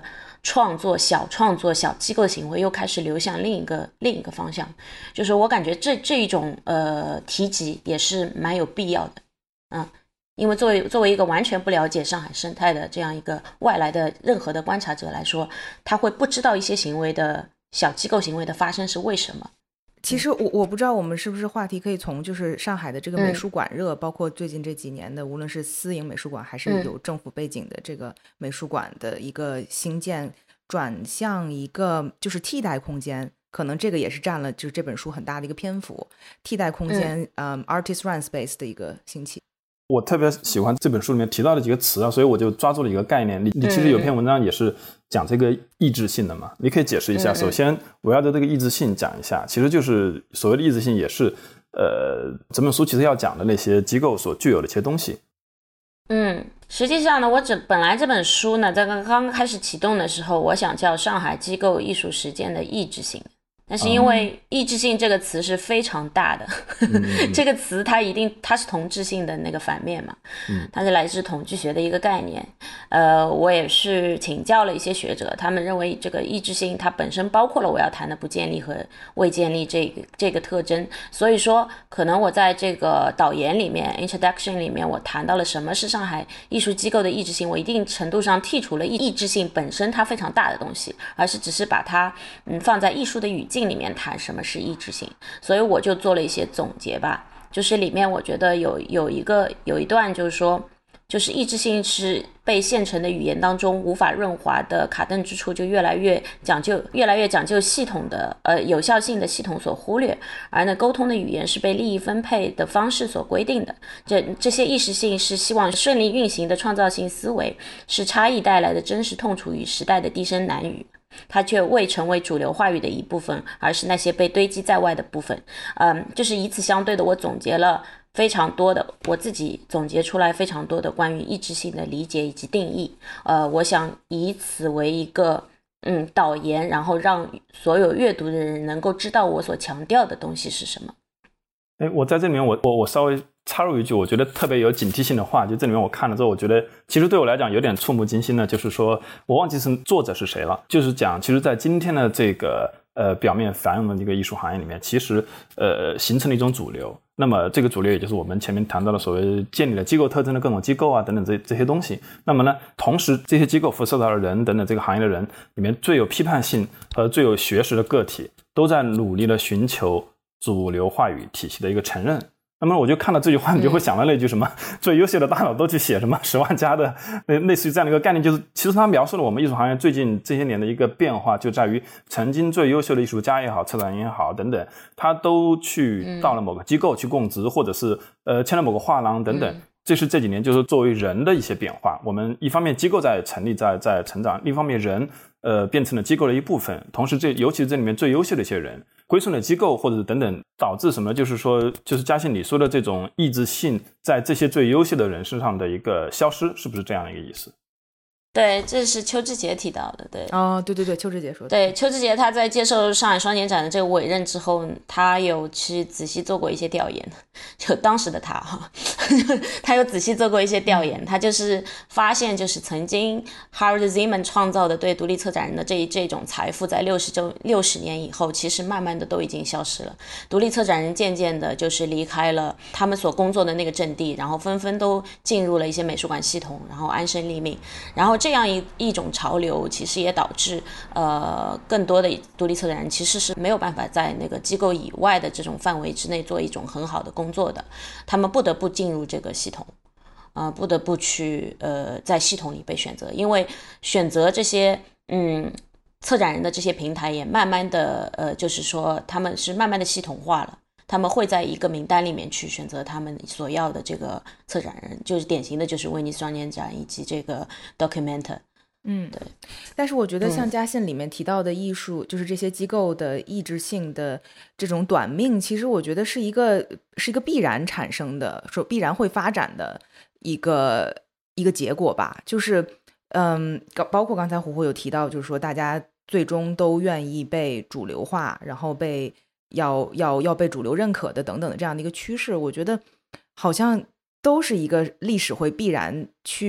小创作、小机构行为又开始流向另一个方向，就是我感觉这一种提及也是蛮有必要的，因为作为一个完全不了解上海生态的这样一个外来的任何的观察者来说，他会不知道一些行为的小机构行为的发生是为什么。 其实我不知道我们是不是话题可以从就是上海的这个美术馆热，包括最近这几年的无论是私营美术馆还是有政府背景的这个美术馆的一个兴建，转向一个就是替代空间，可能这个也是占了就是这本书很大的一个篇幅，替代空间artist run space 的一个兴起。 我特别喜欢这本书里面提到的几个词啊，所以我就抓住了一个概念。你其实有篇文章也是讲这个意志性的嘛，你可以解释一下。首先我要对这个意志性讲一下，其实就是所谓的意志性也是这本书其实要讲的那些机构所具有的一些东西。 实际上呢，本来这本书呢在刚开始启动的时候，我想叫上海机构艺术实践的意志性，但是因为意志性这个词是非常大的，这个词它是同质性的那个反面嘛，它是来自统计学的一个概念。我也是请教了一些学者，他们认为这个意志性它本身包括了我要谈的不建立和未建立这个特征，所以说可能我在这个导言里面 introduction 里面我谈到了什么是上海艺术机构的意志性，我一定程度上剔除了意志性本身它非常大的东西，而是只是把它放在艺术的语境里面谈什么是意志性。所以我就做了一些总结吧，就是里面我觉得有一段就是说，就是意志性是被现成的语言当中无法润滑的卡顿之处，就越来越讲究系统的有效性的系统所忽略，而呢沟通的语言是被利益分配的方式所规定的。这些意识性是希望顺利运行的创造性思维，是差异带来的真实痛楚与时代的低声难语，它却未成为主流话语的一部分，而是那些被堆积在外的部分。就是以此相对的，我总结了非常多的，我自己总结出来非常多的关于意志性的理解以及定义。我想以此为一个导言，然后让所有阅读的人能够知道我所强调的东西是什么。 我在这里面我稍微插入一句我觉得特别有警惕性的话，就这里面我看了之后，我觉得其实对我来讲有点触目惊心的，就是说我忘记是作者是谁了，就是讲其实在今天的这个表面繁荣的这个艺术行业里面，其实形成了一种主流。那么这个主流也就是我们前面谈到的所谓建立了机构特征的各种机构啊等等这些东西。那么呢，同时这些机构辐射到的人等等这个行业的人里面，最有批判性和最有学识的个体都在努力的寻求主流话语体系的一个承认。那么我就看到这句话，你就会想到那句什么最优秀的大脑都去写什么10万加的类似于这样的一个概念，就是其实它描述了我们艺术行业最近这些年的一个变化，就在于曾经最优秀的艺术家也好，策展人也好等等，他都去到了某个机构去供职，或者是签了某个画廊等等。这是这几年就是作为人的一些变化，我们一方面机构在成立在成长，另一方面人变成了机构的一部分，同时尤其是这里面最优秀的一些人归顺了机构或者等等，导致什么，就是说就是嘉欣你说的这种意志性在这些最优秀的人身上的一个消失，是不是这样的一个意思？ 对，这是邱志杰提到的。对， 对，邱志杰说的。 对，邱志杰他在接受上海双年展的这个委任之后，他有去仔细做过一些调研，就当时的他他有仔细做过一些调研，他就是发现，就是曾经 Howard Zeman 创造的对独立策展人的这种财富，在60年以后，其实慢慢的都已经消失了。独立策展人渐渐的就是离开了他们所工作的那个阵地，然后纷纷都进入了一些美术馆系统，然后安身立命，然后这样一种潮流其实也导致更多的独立策展人其实是没有办法在那个机构以外的这种范围之内做一种很好的工作的，他们不得不进入这个系统，不得不去在系统里被选择，因为选择这些策展人的这些平台也慢慢的就是说他们是慢慢的系统化了，他们会在一个名单里面去选择他们所要的这个策展人，就是典型的就是威尼斯双年展以及这个 Documenta。对。 但是我觉得像嘉信里面提到的艺术，就是这些机构的意志性的这种短命，其实我觉得是一个必然产生的，说必然会发展的一个结果吧。就是包括刚才胡胡有提到，就是说大家最终都愿意被主流化，然后要被主流认可的等等的这样的一个趋势，我觉得好像都是一个历史会必然去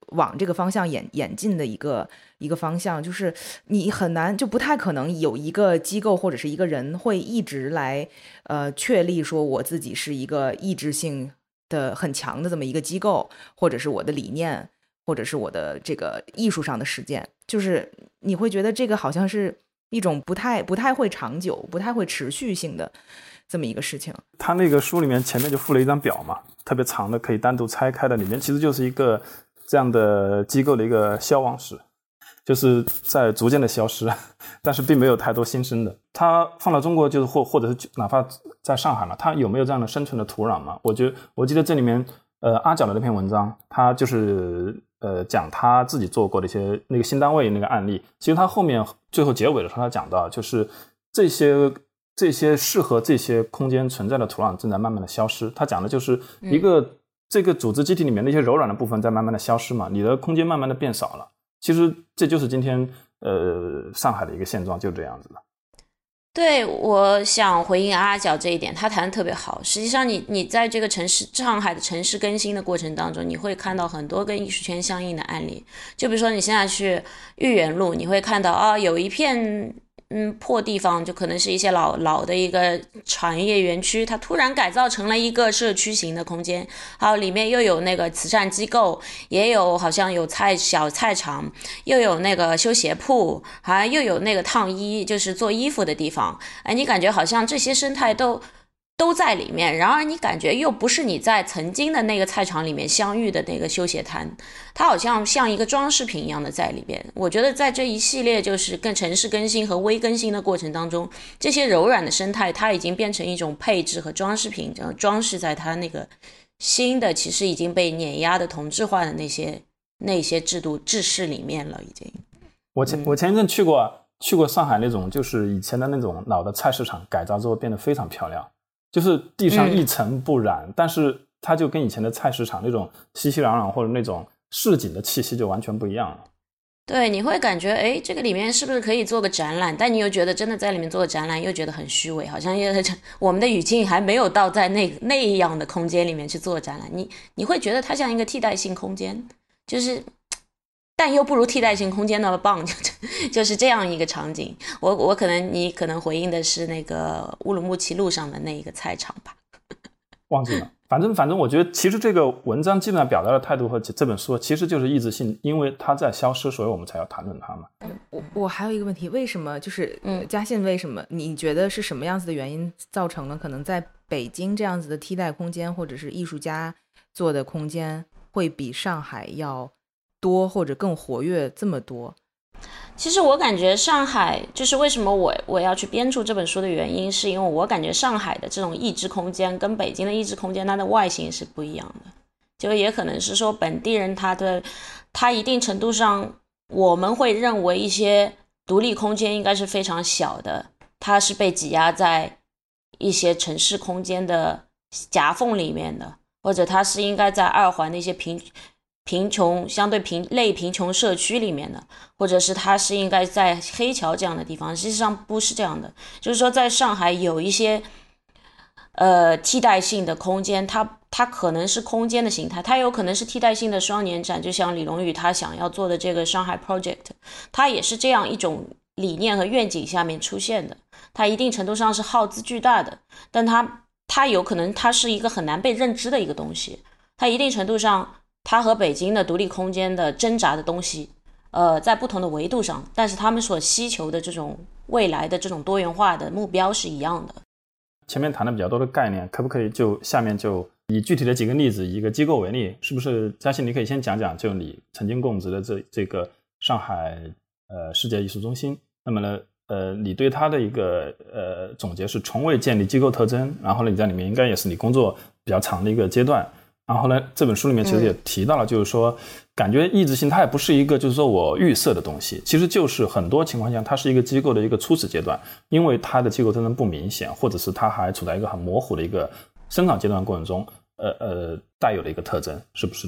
往这个方向演进的一个方向，就是你很难，就不太可能有一个机构或者是一个人会一直来确立说我自己是一个意志性的很强的这么一个机构，或者是我的理念，或者是我的这个艺术上的实践，就是你会觉得这个好像是一种不太会长久、不太会持续性的这么一个事情。 他那个书里面前面就附了一张表嘛，特别长的，可以单独拆开的，里面其实就是一个这样的机构的一个消亡史，就是在逐渐的消失，但是并没有太多新生的。它放到中国就是或者是哪怕在上海嘛，它有没有这样的生存的土壤嘛？我记得这里面阿角的那篇文章，他就是讲他自己做过的一些那个新单位那个案例。其实他后面最后结尾的时候，他讲到就是这些适合这些空间存在的土壤正在慢慢的消失。他讲的就是一个这个组织机体里面那些柔软的部分在慢慢的消失嘛，你的空间慢慢的变少了。其实这就是今天上海的一个现状，就这样子的。 对，我想回应阿角这一点，他谈的特别好。实际上你在这个上海的城市更新的过程当中，你会看到很多跟艺术圈相应的案例。就比如说你现在去豫园路，你会看到有一片破地方，就可能是一些老的一个产业园区，它突然改造成了一个社区型的空间，还有里面又有那个慈善机构，也有好像有小菜场，又有那个修鞋铺，还又有那个烫衣，就是做衣服的地方。你感觉好像这些生态都在里面，然而你感觉又不是你在曾经的那个菜场里面相遇的那个修鞋摊，它好像一个装饰品一样的在里边。我觉得在这一系列就是跟城市更新和微更新的过程当中，这些柔软的生态它已经变成一种配置和装饰品，装饰在它那个新的其实已经被碾压的同质化的那些制式里面了已经。 我前一阵去过上海那种就是以前的那种老的菜市场，改造之后变得非常漂亮，就是地上一尘不染，但是它就跟以前的菜市场那种熙熙攘攘或者那种市井的气息就完全不一样了。 对，你会感觉这个里面是不是可以做个展览，但你又觉得真的在里面做个展览又觉得很虚伪，好像我们的语境还没有到在那样的空间里面去做展览，你会觉得它像一个替代性空间，就是但又不如替代性空间那么棒，就是这样一个场景。你可能回应的是那个乌鲁木齐路上的那一个菜场吧， 忘记了。反正我觉得其实这个文章基本上表达的态度和这本书其实就是意志性，因为它在消失，所以我们才要谈论它嘛。 我还有一个问题，为什么就是嘉信为什么你觉得是什么样子的原因造成了可能在北京这样子的替代空间或者是艺术家做的空间会比上海要多或者更活跃这么多？ 其实我感觉上海就是为什么我要去编著这本书的原因，是因为我感觉上海的这种意志空间跟北京的意志空间它的外形是不一样的，就也可能是说本地人他一定程度上我们会认为一些独立空间应该是非常小的，它是被挤压在一些城市空间的夹缝里面的，或者它是应该在二环的一些贫穷相对类贫穷社区里面的，或者是它是应该在黑桥这样的地方，实际上不是这样的。就是说在上海有一些替代性的空间，它可能是空间的形态，它有可能是替代性的双年展，就像李龙宇他想要做的这个上海 project， 它也是这样一种理念和愿景下面出现的。它一定程度上是耗资巨大的，但它有可能它是一个很难被认知的一个东西，它一定程度上它和北京的独立空间的挣扎的东西在不同的维度上，但是他们所希求的这种未来的这种多元化的目标是一样的。 前面谈的比较多的概念，可不可以就下面就以具体的几个例子，以一个机构为例，是不是嘉信你可以先讲讲就你曾经供职的这个上海世界艺术中心，那么呢你对它的一个总结是从未建立机构特征，然后呢你在里面应该也是你工作比较长的一个阶段，然后呢这本书里面其实也提到了，就是说感觉意志性它也不是一个就是说我预设的东西，其实就是很多情况下它是一个机构的一个初始阶段，因为它的机构特征不明显，或者是它还处在一个很模糊的一个生长阶段过程中带有的一个特征，是不是这样？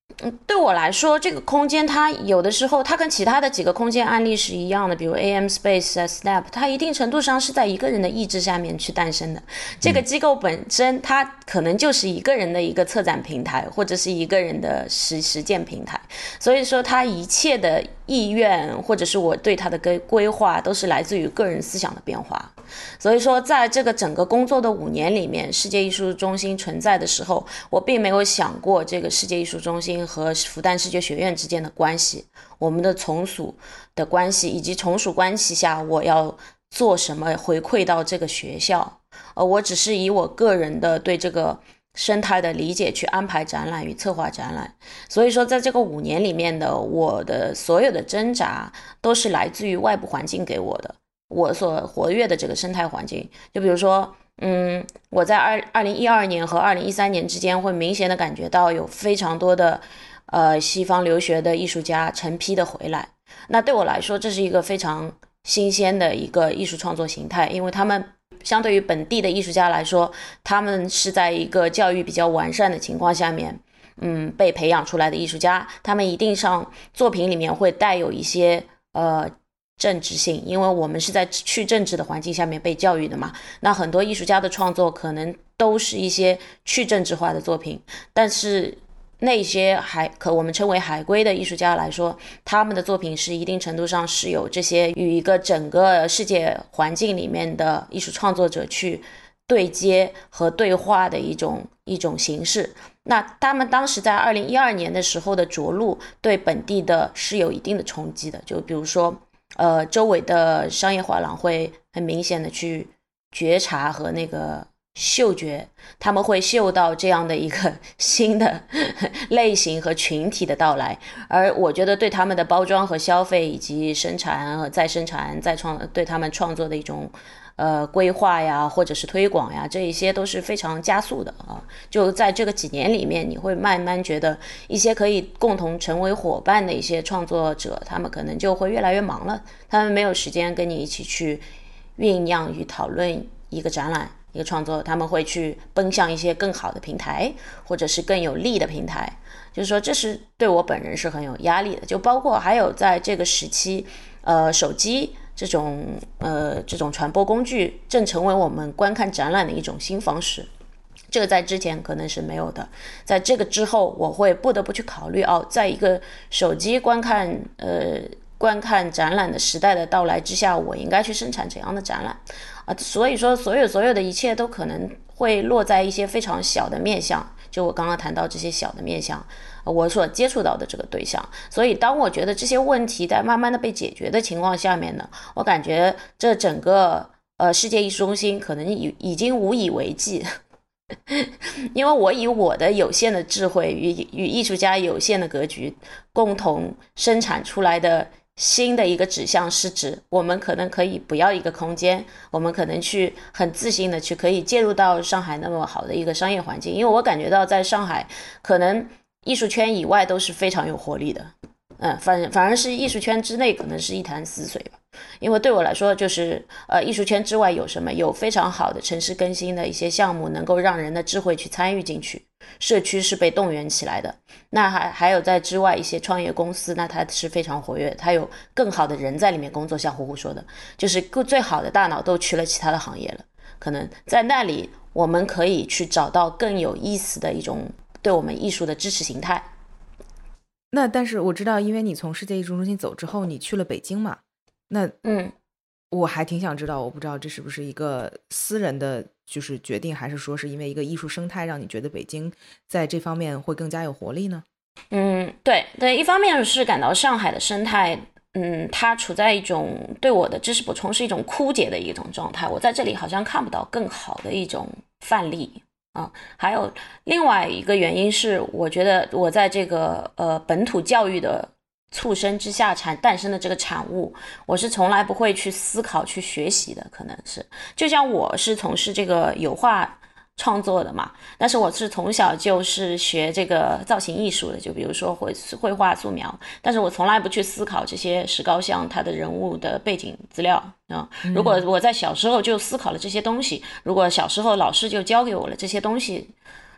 对我来说，这个空间它有的时候它跟其他的几个空间案例是一样的，比如 AM Space、Snap， 它一定程度上是在一个人的意志下面去诞生的。这个机构本身它可能就是一个人的一个策展平台，或者是一个人的实践平台，所以说它一切的意愿或者是我对它的规划都是来自于个人思想的变化。所以说在这个整个工作的5年里面，世界艺术中心存在的时候，我并没有想过这个世界艺术中心和复旦视觉学院之间的关系，我们的从属的关系，以及从属关系下我要做什么回馈到这个学校。我只是以我个人的对这个生态的理解去安排展览与策划展览。所以说在这个5年里面的我的所有的挣扎都是来自于外部环境给我的，我所活跃的这个生态环境。就比如说我在2012年和2013年之间会明显的感觉到有非常多的西方留学的艺术家成批的回来，那对我来说这是一个非常新鲜的一个艺术创作形态，因为他们相对于本地的艺术家来说，他们是在一个教育比较完善的情况下面被培养出来的艺术家，他们一定上作品里面会带有一些政治性，因为我们是在去政治的环境下面被教育的嘛。那很多艺术家的创作可能都是一些去政治化的作品，但是那些我们称为海归的艺术家来说，他们的作品是一定程度上是有这些与一个整个世界环境里面的艺术创作者去对接和对话的一种形式。那他们当时在2012年的时候的着陆对本地的是有一定的冲击的，就比如说周围的商业画廊会很明显的去觉察和那个嗅觉，他们会嗅到这样的一个新的类型和群体的到来，而我觉得对他们的包装和消费以及生产和再生产再创对他们创作的一种规划呀或者是推广呀，这一些都是非常加速的啊。就在这个几年里面，你会慢慢觉得一些可以共同成为伙伴的一些创作者，他们可能就会越来越忙了，他们没有时间跟你一起去酝酿与讨论一个展览一个创作，他们会去奔向一些更好的平台或者是更有利的平台。就是说这是对我本人是很有压力的，就包括还有在这个时期手机这种传播工具正成为我们观看展览的一种新方式，这个在之前可能是没有的。在这个之后我会不得不去考虑在一个手机观看展览的时代的到来之下，我应该去生产怎样的展览所以说所有的一切都可能会落在一些非常小的面向，就我刚刚谈到这些小的面向我所接触到的这个对象。所以当我觉得这些问题在慢慢的被解决的情况下面呢，我感觉这整个世界艺术中心可能已经无以为继因为我以我的有限的智慧与艺术家有限的格局共同生产出来的新的一个指向是指我们可能可以不要一个空间，我们可能去很自信的去可以介入到上海那么好的一个商业环境。因为我感觉到在上海可能艺术圈以外都是非常有活力的反而是艺术圈之内可能是一潭死水吧。因为对我来说就是艺术圈之外有什么，有非常好的城市更新的一些项目能够让人的智慧去参与进去，社区是被动员起来的。那还有在之外一些创业公司，那它是非常活跃，它有更好的人在里面工作，像胡胡说的，就是最好的大脑都去了其他的行业了，可能在那里我们可以去找到更有意思的一种对我们艺术的支持形态。 那但是我知道因为你从世界艺术中心走之后你去了北京嘛，那我还挺想知道，我不知道这是不是一个私人的就是决定，还是说是因为一个艺术生态让你觉得北京在这方面会更加有活力呢？ 对，一方面是感到上海的生态它处在一种对我的知识补充是一种枯竭的一种状态，我在这里好像看不到更好的一种范例还有另外一个原因是我觉得我在这个本土教育的促生之下诞生的这个产物，我是从来不会去思考去学习的。可能是就像我是从事这个油画创作的嘛，但是我是从小就是学这个造型艺术的，就比如说绘画素描，但是我从来不去思考这些石膏像它的人物的背景资料如果我在小时候就思考了这些东西，如果小时候老师就教给我了这些东西，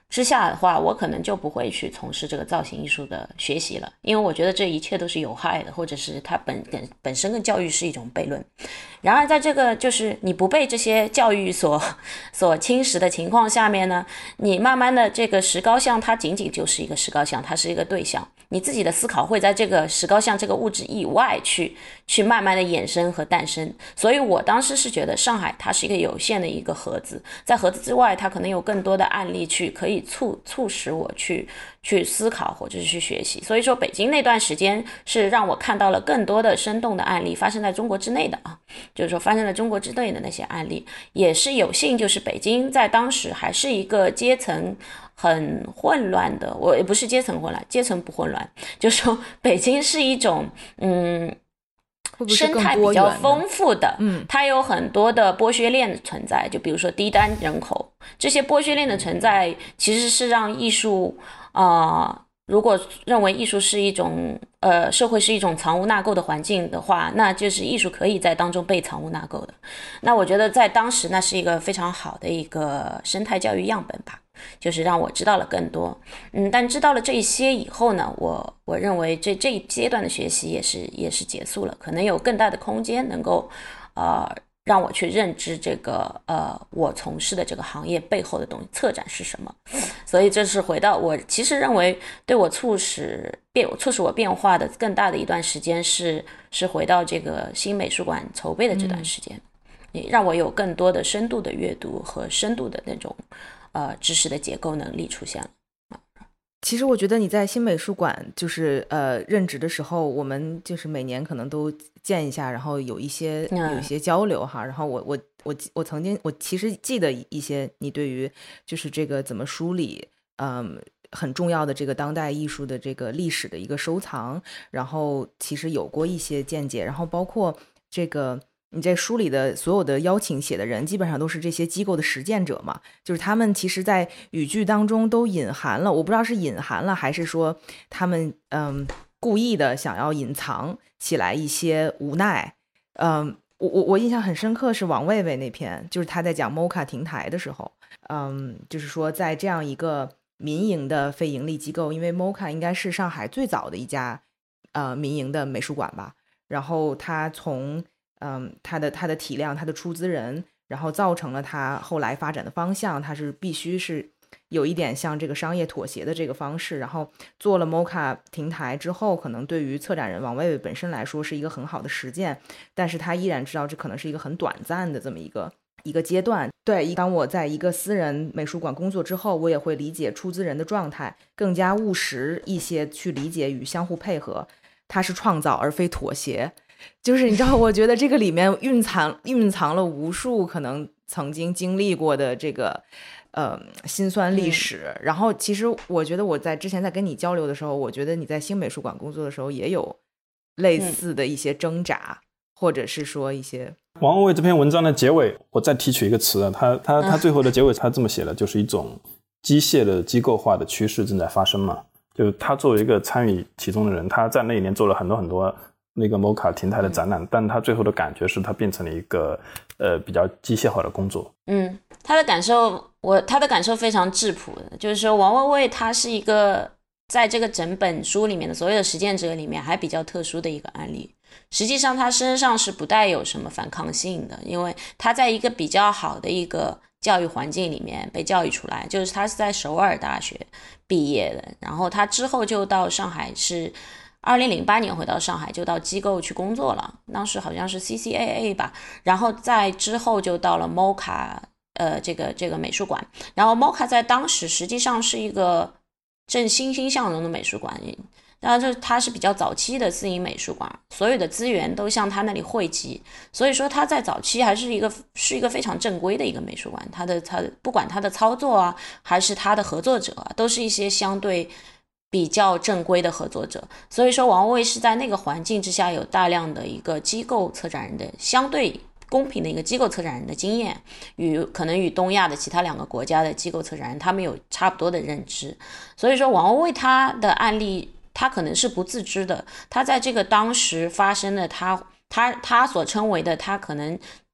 之下的话，我可能就不会去从事这个造型艺术的学习了，因为我觉得这一切都是有害的，或者是它本身跟教育是一种悖论。然而在这个就是你不被这些教育所侵蚀的情况下面呢，你慢慢的这个石膏像它仅仅就是一个石膏像，它是一个对象，你自己的思考会在这个石膏像这个物质以外去慢慢的衍生和诞生。所以我当时是觉得上海它是一个有限的一个盒子，在盒子之外它可能有更多的案例可以促使我去思考或者是去学习。所以说北京那段时间是让我看到了更多的生动的案例发生在中国之内的就是说发生在中国之内的那些案例。也是有幸就是北京在当时还是一个阶层很混乱的，我也不是阶层混乱，阶层不混乱，就是说北京是一种生态比较丰富的，它有很多的剥削链的存在，就比如说低端人口，这些剥削链的存在其实是让艺术如果认为艺术是一种社会是一种藏污纳垢的环境的话，那就是艺术可以在当中被藏污纳垢的。那我觉得在当时那是一个非常好的一个生态教育样本吧，就是让我知道了更多。但知道了这一些以后呢，我认为这一阶段的学习也是结束了，可能有更大的空间能够让我去认知这个我从事的这个行业背后的东西，策展是什么。所以这是回到我其实认为对我促使我变化的更大的一段时间是回到这个新美术馆筹备的这段时间，让我有更多的深度的阅读和深度的那种知识的结构能力出现了。 其实我觉得你在新美术馆就是任职的时候，我们就是每年可能都见一下，然后有一些交流哈。然后我曾经我其实记得一些你对于就是这个怎么梳理很重要的这个当代艺术的这个历史的一个收藏，然后其实有过一些见解，然后包括这个你这书里的所有的邀请写的人基本上都是这些机构的实践者嘛，就是他们其实在语句当中都隐含了，我不知道是隐含了还是说他们故意的想要隐藏起来一些无奈。我印象很深刻是王卫卫那篇，就是他在讲 MoCA 亭台的时候，就是说在这样一个民营的非盈利机构，因为 MoCA 应该是上海最早的一家民营的美术馆吧，然后他从他的体量，他的出资人，然后造成了他后来发展的方向，他是必须是有一点像这个商业妥协的这个方式。然后做了 MoCA 亭台之后，可能对于策展人王卫卫本身来说是一个很好的实践，但是他依然知道这可能是一个很短暂的这么一个阶段。对，当我在一个私人美术馆工作之后，我也会理解出资人的状态，更加务实一些去理解与相互配合，它是创造而非妥协。就是你知道，我觉得这个里面蕴藏了无数可能曾经经历过的这个辛酸历史。然后其实我觉得我在之前在跟你交流的时候，我觉得你在新美术馆工作的时候也有类似的一些挣扎，或者是说一些王卫卫这篇文章的结尾，我再提取一个词他最后的结尾他这么写了，就是一种机械的机构化的趋势正在发生嘛。就是他作为一个参与其中的人，他在那一年做了很多那个 MoCA 亭台的展览，但他最后的感觉是他变成了一个比较机械化的工作。 他的感受非常质朴的，就是说王卫卫他是一个在这个整本书里面的所有的实践者里面还比较特殊的一个案例。实际上他身上是不带有什么反抗性的，因为他在一个比较好的一个教育环境里面被教育出来，就是他是在首尔大学毕业的，然后他之后就到上海，是2008年回到上海，就到机构去工作了，当时好像是 CCAA 吧，然后在之后就到了 MoCA 这个美术馆。然后 MoCA 在当时实际上是一个正欣欣向荣的美术馆，然后它是比较早期的私营美术馆，所有的资源都向它那里汇集，所以说它在早期还是一个非常正规的一个美术馆，它不管它的操作啊，还是它的合作者啊，都是一些相对比较正规的合作者。所以说王卫是在那个环境之下有大量的一个机构策展人的相对公平的一个机构策展人的经验，可能与东亚的其他2个国家的机构策展人他们有差不多的认知。所以说王卫他的案例他可能是不自知的，他在这个当时发生的他所称为的他可能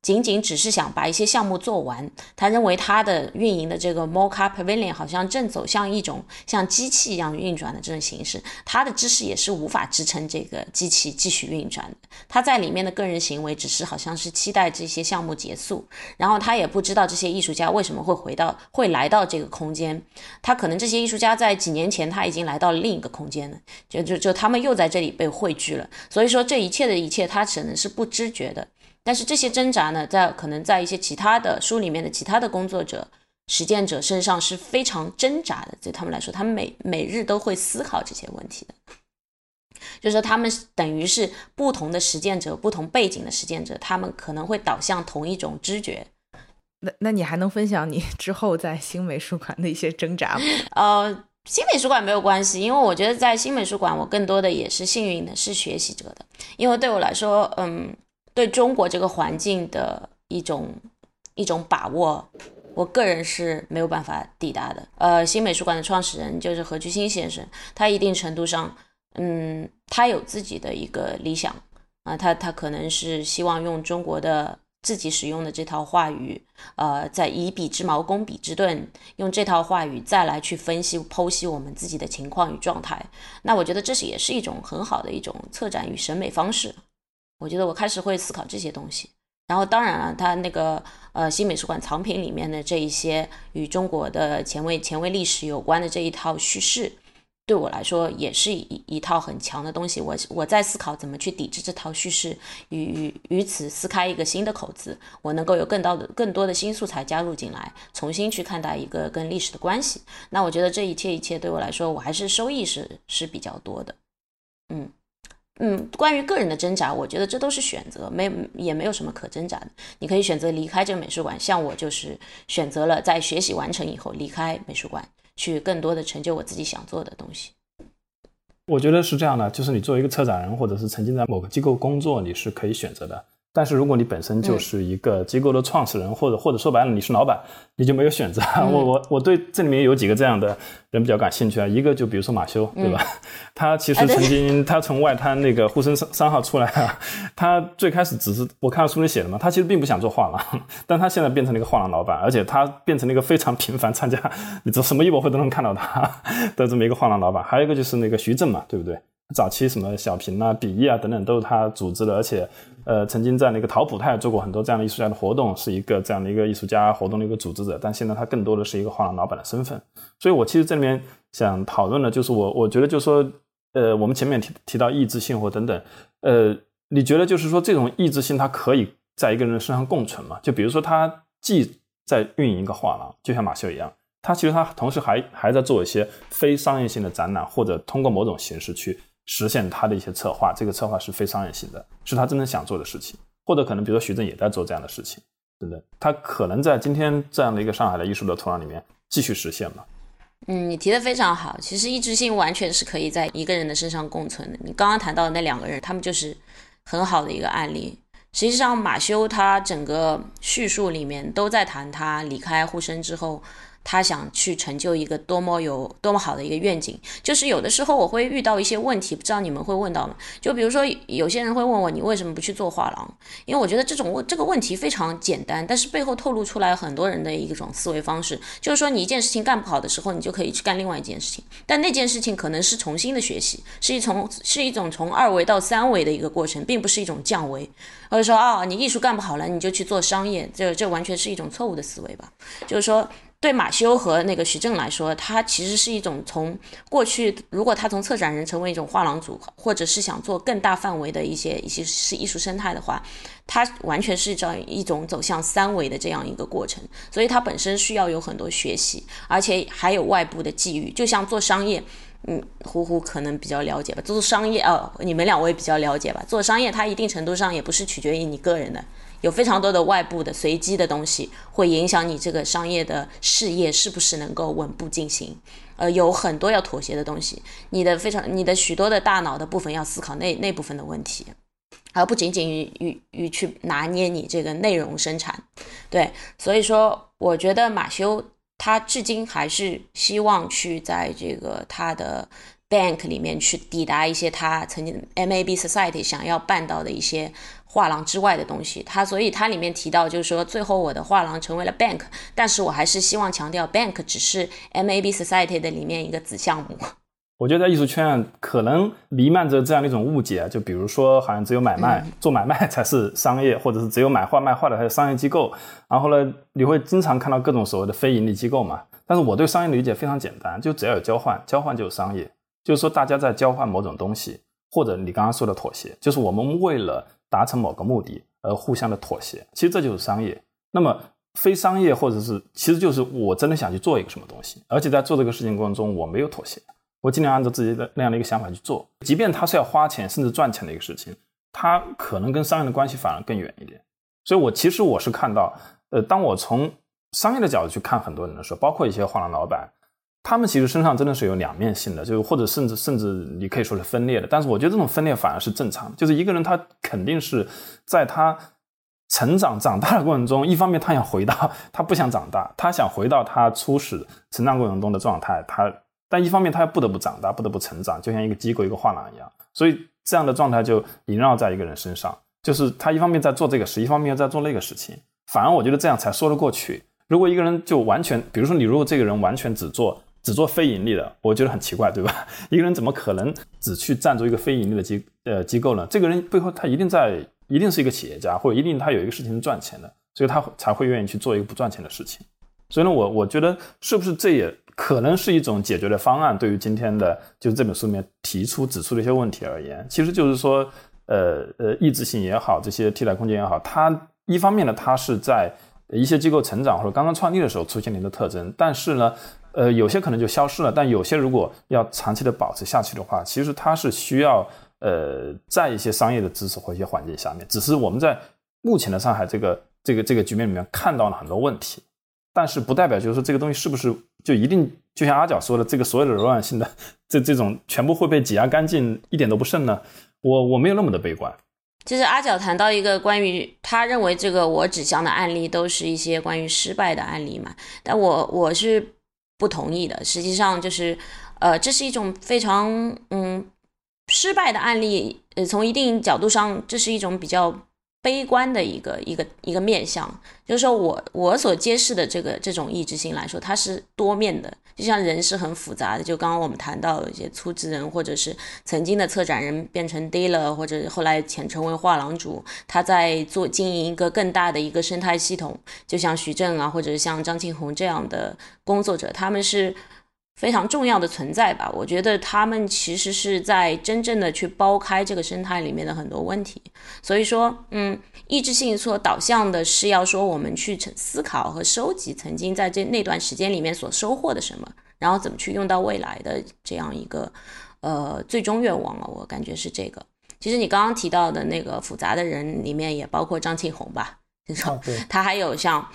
仅仅只是想把一些项目做完，他认为他的运营的这个 Mocha Pavilion 好像正走向一种像机器一样运转的这种形式，他的知识也是无法支撑这个机器继续运转的。他在里面的个人行为只是好像是期待这些项目结束，然后他也不知道这些艺术家为什么会来到这个空间，他可能这些艺术家在几年前他已经来到了另一个空间了，就他们又在这里被汇聚了，所以说这一切的一切他只能是不知觉的。但是这些挣扎呢，可能在一些其他的书里面的其他的工作者、实践者身上是非常挣扎的。对他们来说，他们每日都会思考这些问题的。就是说他们等于是不同的实践者、不同背景的实践者，他们可能会导向同一种知觉。 那你还能分享你之后在新美术馆的一些挣扎吗？ 新美术馆没有关系，因为我觉得在新美术馆我更多的也是幸运的，是学习者的。因为对我来说，对中国这个环境的一种把握，我个人是没有办法抵达的。新美术馆的创始人就是何居新先生，他一定程度上，他有自己的一个理想啊，他可能是希望用中国的自己使用的这套话语，在以彼之矛攻彼之盾，用这套话语再来去分析剖析我们自己的情况与状态。那我觉得这也是一种很好的一种策展与审美方式。我觉得我开始会思考这些东西，然后当然了，他那个新美术馆藏品里面的这一些与中国的前卫历史有关的这一套叙事，对我来说也是一套很强的东西。我在思考怎么去抵制这套叙事，与此撕开一个新的口子，我能够有更多的新素材加入进来，重新去看待一个跟历史的关系。那我觉得这一切对我来说，我还是收益是比较多的。关于个人的挣扎，我觉得这都是选择，也没有什么可挣扎的。你可以选择离开这个美术馆，像我就是选择了在学习完成以后离开美术馆，去更多的成就我自己想做的东西。 我觉得是这样的，就是你作为一个策展人，或者是曾经在某个机构工作，你是可以选择的。但是如果你本身就是一个机构的创始人，或者说白了你是老板，你就没有选择。我对这里面有几个这样的人比较感兴趣啊。一个就比如说马修，对吧？他其实曾经他从外滩那个沪深3号出来啊，他最开始只是我看到书里写的嘛，他其实并不想做画廊，但他现在变成了一个画廊老板，而且他变成了一个非常频繁参加，你知道什么艺博会都能看到他的这么一个画廊老板。还有一个就是那个徐正嘛，对不对？早期什么小平啊、笔译啊等等都是他组织的，而且曾经在那个陶普他也做过很多这样的艺术家的活动，是一个这样的一个艺术家活动的一个组织者，但现在他更多的是一个画廊老板的身份。所以我其实这里面想讨论的就是我觉得就是说我们前面提到意志性或等等，你觉得就是说这种意志性它可以在一个人身上共存吗？就比如说他既在运营一个画廊，就像马修一样，他其实他同时还在做一些非商业性的展览，或者通过某种形式去实现他的一些策划，这个策划是非商业性的，是他真正想做的事情。或者可能比如说徐正也在做这样的事情，对不对？他可能在今天这样的一个上海的艺术的土壤里面继续实现吗？ 你提得非常好，其实意志性完全是可以在一个人的身上共存的。你刚刚谈到的那2个人，他们就是很好的一个案例。实际上马修他整个叙述里面都在谈他离开沪深之后，他想去成就一个多么好的一个愿景。就是有的时候我会遇到一些问题，不知道你们会问到吗？就比如说有些人会问我，你为什么不去做画廊？因为我觉得这个问题非常简单，但是背后透露出来很多人的一种思维方式，就是说你一件事情干不好的时候，你就可以去干另外一件事情，但那件事情可能是重新的学习，是一种从2维到3维的一个过程，并不是一种降维。或者说你艺术干不好了，你就去做商业，这完全是一种错误的思维吧。就是说对马修和那个徐正来说，他其实是一种从过去，如果他从策展人成为一种画廊主，或者是想做更大范围的一些艺术生态的话，他完全是一种走向3维的这样一个过程，所以他本身需要有很多学习，而且还有外部的际遇。就像做商业，呼可能比较了解吧，做商业你们2位比较了解吧。做商业它一定程度上也不是取决于你个人的，有非常多的外部的随机的东西会影响你这个商业的事业是不是能够稳步进行。有很多要妥协的东西，你的许多的大脑的部分要思考那部分的问题，而不仅仅于去拿捏你这个内容生产。对，所以说我觉得马修他至今还是希望去在这个他的 bank 里面去抵达一些他曾经 MAB Society 想要办到的一些画廊之外的东西。所以它里面提到就是说最后我的画廊成为了 bank， 但是我还是希望强调 bank 只是 MAB Society 的里面一个子项目。 我觉得在艺术圈可能弥漫着这样的一种误解，就比如说好像只有买卖，做买卖才是商业，或者是只有买画卖画的才是商业机构。然后呢，你会经常看到各种所谓的非盈利机构嘛。但是我对商业的理解非常简单，就只要有交换，交换就是商业，就是说大家在交换某种东西，或者你刚刚说的妥协，就是我们为了达成某个目的而互相的妥协，其实这就是商业。那么非商业或者是其实就是我真的想去做一个什么东西，而且在做这个事情过程中我没有妥协，我尽量按照自己的那样的一个想法去做，即便它是要花钱甚至赚钱的一个事情，它可能跟商业的关系反而更远一点。所以我是看到当我从商业的角度去看很多人的时候，包括一些画廊老板，他们其实身上真的是有两面性的，就或者甚至你可以说是分裂的。但是我觉得这种分裂反而是正常的，就是一个人他肯定是在他长大的过程中，一方面他想回到他不想长大，他想回到他初始成长过程中的状态，但一方面他又不得不长大，不得不成长，就像一个机构一个画廊一样。所以这样的状态就萦绕在一个人身上，就是他一方面在做这个事，一方面又在做那个事情，反而我觉得这样才说得过去。如果一个人就完全，比如说你如果这个人完全只做非盈利的，我觉得很奇怪，对吧？一个人怎么可能只去赞助一个非盈利的机构呢？这个人背后他一定是一个企业家，或者一定他有一个事情是赚钱的，所以他才会愿意去做一个不赚钱的事情。所以呢，我觉得是不是这也可能是一种解决的方案？对于今天的就是这本书里面指出的一些问题而言，其实就是说抑制性也好，这些替代空间也好，它一方面呢，它是在一些机构成长或者刚刚创立的时候出现了一个特征，但是呢有些可能就消失了，但有些如果要长期的保持下去的话，其实它是需要在一些商业的支持或一些环境下面，只是我们在目前的上海这个局面里面看到了很多问题，但是不代表就是说这个东西是不是就一定就像阿角说的，这个所有的柔软性的这种全部会被挤压干净，一点都不剩呢？我没有那么的悲观。 其实阿角谈到一个关于他认为这个我指向的案例都是一些关于失败的案例嘛，但我是不同意的。实际上就是这是一种非常失败的案例，从一定角度上这是一种比较悲观的一个面向，就是说我所揭示的这种意志性来说，它是多面的，就像人是很复杂的。就刚刚我们谈到一些出资人，或者是曾经的策展人变成 dealer， 或者后来成为画廊主，他在经营一个更大的一个生态系统，就像徐正啊，或者像张庆红这样的工作者，他们是非常重要的存在吧。我觉得他们其实是在真正的去剥开这个生态里面的很多问题。所以说意志性所导向的是要说我们去思考和收集曾经在那段时间里面所收获的什么，然后怎么去用到未来的这样一个最终愿望啊，我感觉是这个。其实你刚刚提到的那个复杂的人里面也包括张庆红吧，他还有像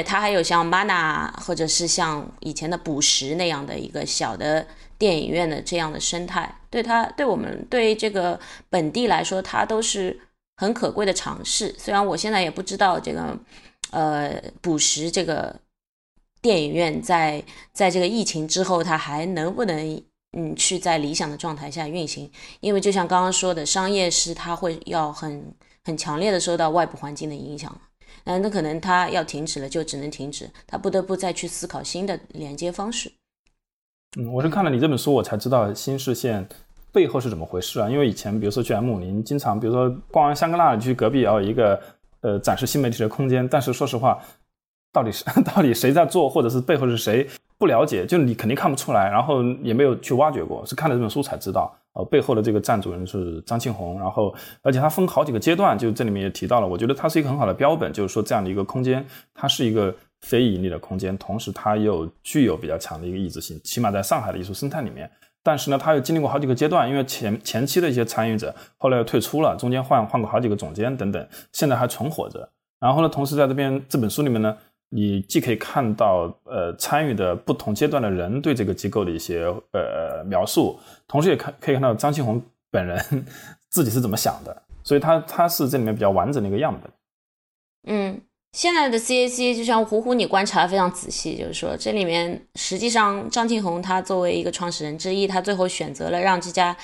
Mana 或者是像以前的捕食那样的一个小的电影院的这样的生态，对我们对这个本地来说，它都是很可贵的尝试。虽然我现在也不知道这个捕食这个电影院在这个疫情之后，它还能不能去在理想的状态下运行？因为就像刚刚说的，商业是它会要很强烈的受到外部环境的影响。那可能他要停止了就只能停止，他不得不再去思考新的连接方式。 我是看了你这本书我才知道新视线背后是怎么回事啊。因为以前比如说去 M50 经常比如说逛完香格拉去隔壁有一个展示新媒体的空间，但是说实话到底谁在做，或者是背后是谁不了解，就你肯定看不出来，然后也没有去挖掘过，是看了这本书才知道背后的这个赞助人是张庆红，然后而且他分好几个阶段，就这里面也提到了，我觉得它是一个很好的标本，就是说这样的一个空间它是一个非盈利的空间，同时它又具有比较强的一个意志性，起码在上海的艺术生态里面。但是呢它又经历过好几个阶段，因为前期的一些参与者后来又退出了，中间换过好几个总监等等，现在还存活着。然后呢同时在这本书里面呢，你既可以看到参与的不同阶段的人对这个机构的一些描述，同时也可以看到张庆红本人自己是怎么想的，所以他是这里面比较完整的一个样本。 现在的 CAC 就像虎虎你观察非常仔细，就是说这里面实际上张庆红他作为一个创始人之一，他最后选择了让这家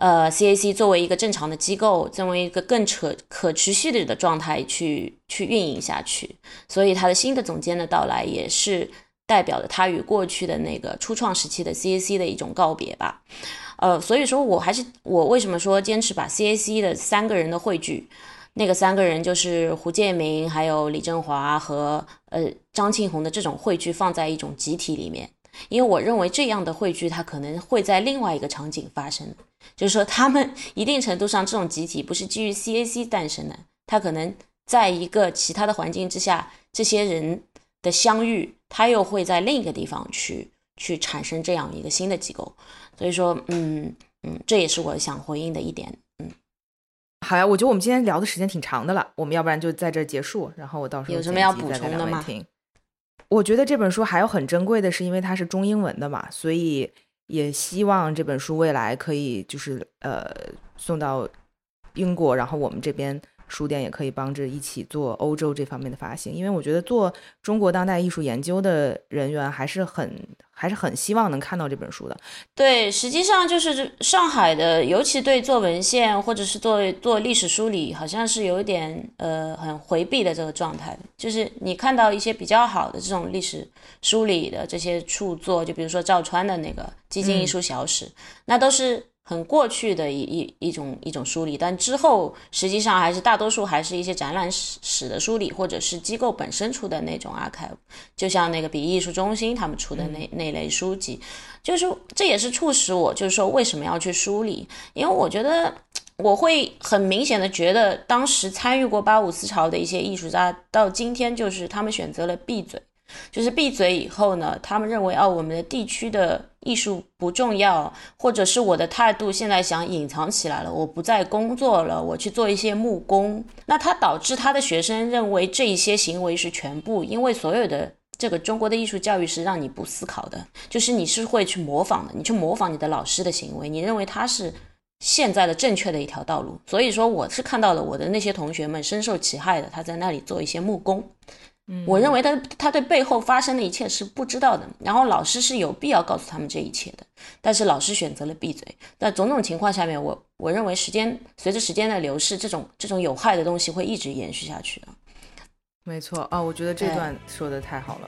CAC 作为一个正常的机构，作为一个更可持续的状态去运营下去，所以他的新的总监的到来也是代表了他与过去的那个初创时期的 CAC 的一种告别吧。所以说我为什么说坚持把 CAC 的3个人的汇聚，那个3个人就是胡建明还有李振华和张庆红的这种汇聚放在一种集体里面，因为我认为这样的汇聚它可能会在另外一个场景发生，就是说他们一定程度上这种集体不是基于 CAC 诞生的，它可能在一个其他的环境之下，这些人的相遇它又会在另一个地方去产生这样一个新的机构。所以说这也是我想回应的一点。 好呀，我觉得我们今天聊的时间挺长的了，我们要不然就在这结束，然后我到时候有什么要补充的吗？ 我觉得这本书还有很珍贵的是因为它是中英文的嘛，所以也希望这本书未来可以就是送到英国，然后我们这边书店也可以帮着一起做欧洲这方面的发行，因为我觉得做中国当代艺术研究的人员还是很希望能看到这本书的。 对，实际上就是上海的，尤其对做文献或者是做历史梳理，好像是有一点很回避的这个状态。就是你看到一些比较好的这种历史梳理的这些著作，就比如说赵川的那个《基金艺术小史》，那都是很过去的一种梳理，但之后实际上还是大多数还是一些展览史的梳理，或者是机构本身出的那种 archive， 就像那个比艺术中心他们出的那类书籍。就是这也是促使我就是说为什么要去梳理，因为我觉得我会很明显的觉得当时参与过85思潮的一些艺术家到今天就是他们选择了闭嘴，就是闭嘴以后呢，他们认为我们的地区的艺术不重要，或者是我的态度现在想隐藏起来了，我不再工作了，我去做一些木工。那他导致他的学生认为这一些行为是全部，因为所有的这个中国的艺术教育是让你不思考的，就是你是会去模仿的，你去模仿你的老师的行为，你认为他是现在的正确的一条道路。所以说我是看到了我的那些同学们深受其害的，他在那里做一些木工，我认为他对背后发生的一切是不知道的，然后老师是有必要告诉他们这一切的，但是老师选择了闭嘴。在种种情况下面，我认为随着时间的流逝，这种有害的东西会一直延续下去的。 没错啊，我觉得这段说的太好了。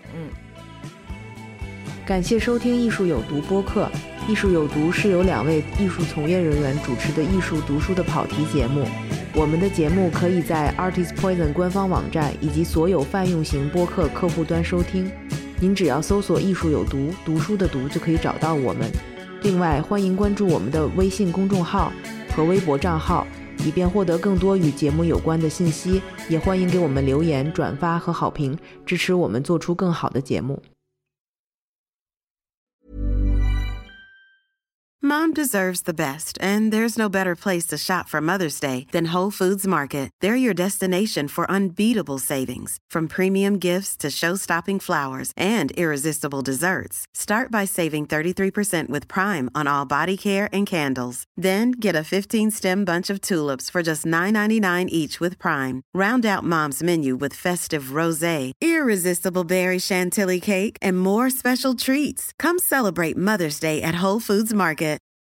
感谢收听艺术有毒播客。艺术有毒是由2位艺术从业人员主持的艺术读书的跑题节目。我们的节目可以在 Artist Poison 官方网站以及所有泛用型播客客户端收听。您只要搜索艺术有毒，读书的读就可以找到我们。另外，欢迎关注我们的微信公众号和微博账号，以便获得更多与节目有关的信息。也欢迎给我们留言、转发和好评，支持我们做出更好的节目。 Mom deserves the best, and there's no better place to shop for Mother's Day than Whole Foods Market. They're your destination for unbeatable savings, from premium gifts to show-stopping flowers and irresistible desserts. Start by saving 33% with Prime on all body care and candles. Then get a 15-stem bunch of tulips for just $9.99 each with Prime. Round out Mom's menu with festive rosé, irresistible berry chantilly cake, and more special treats. Come celebrate Mother's Day at Whole Foods Market.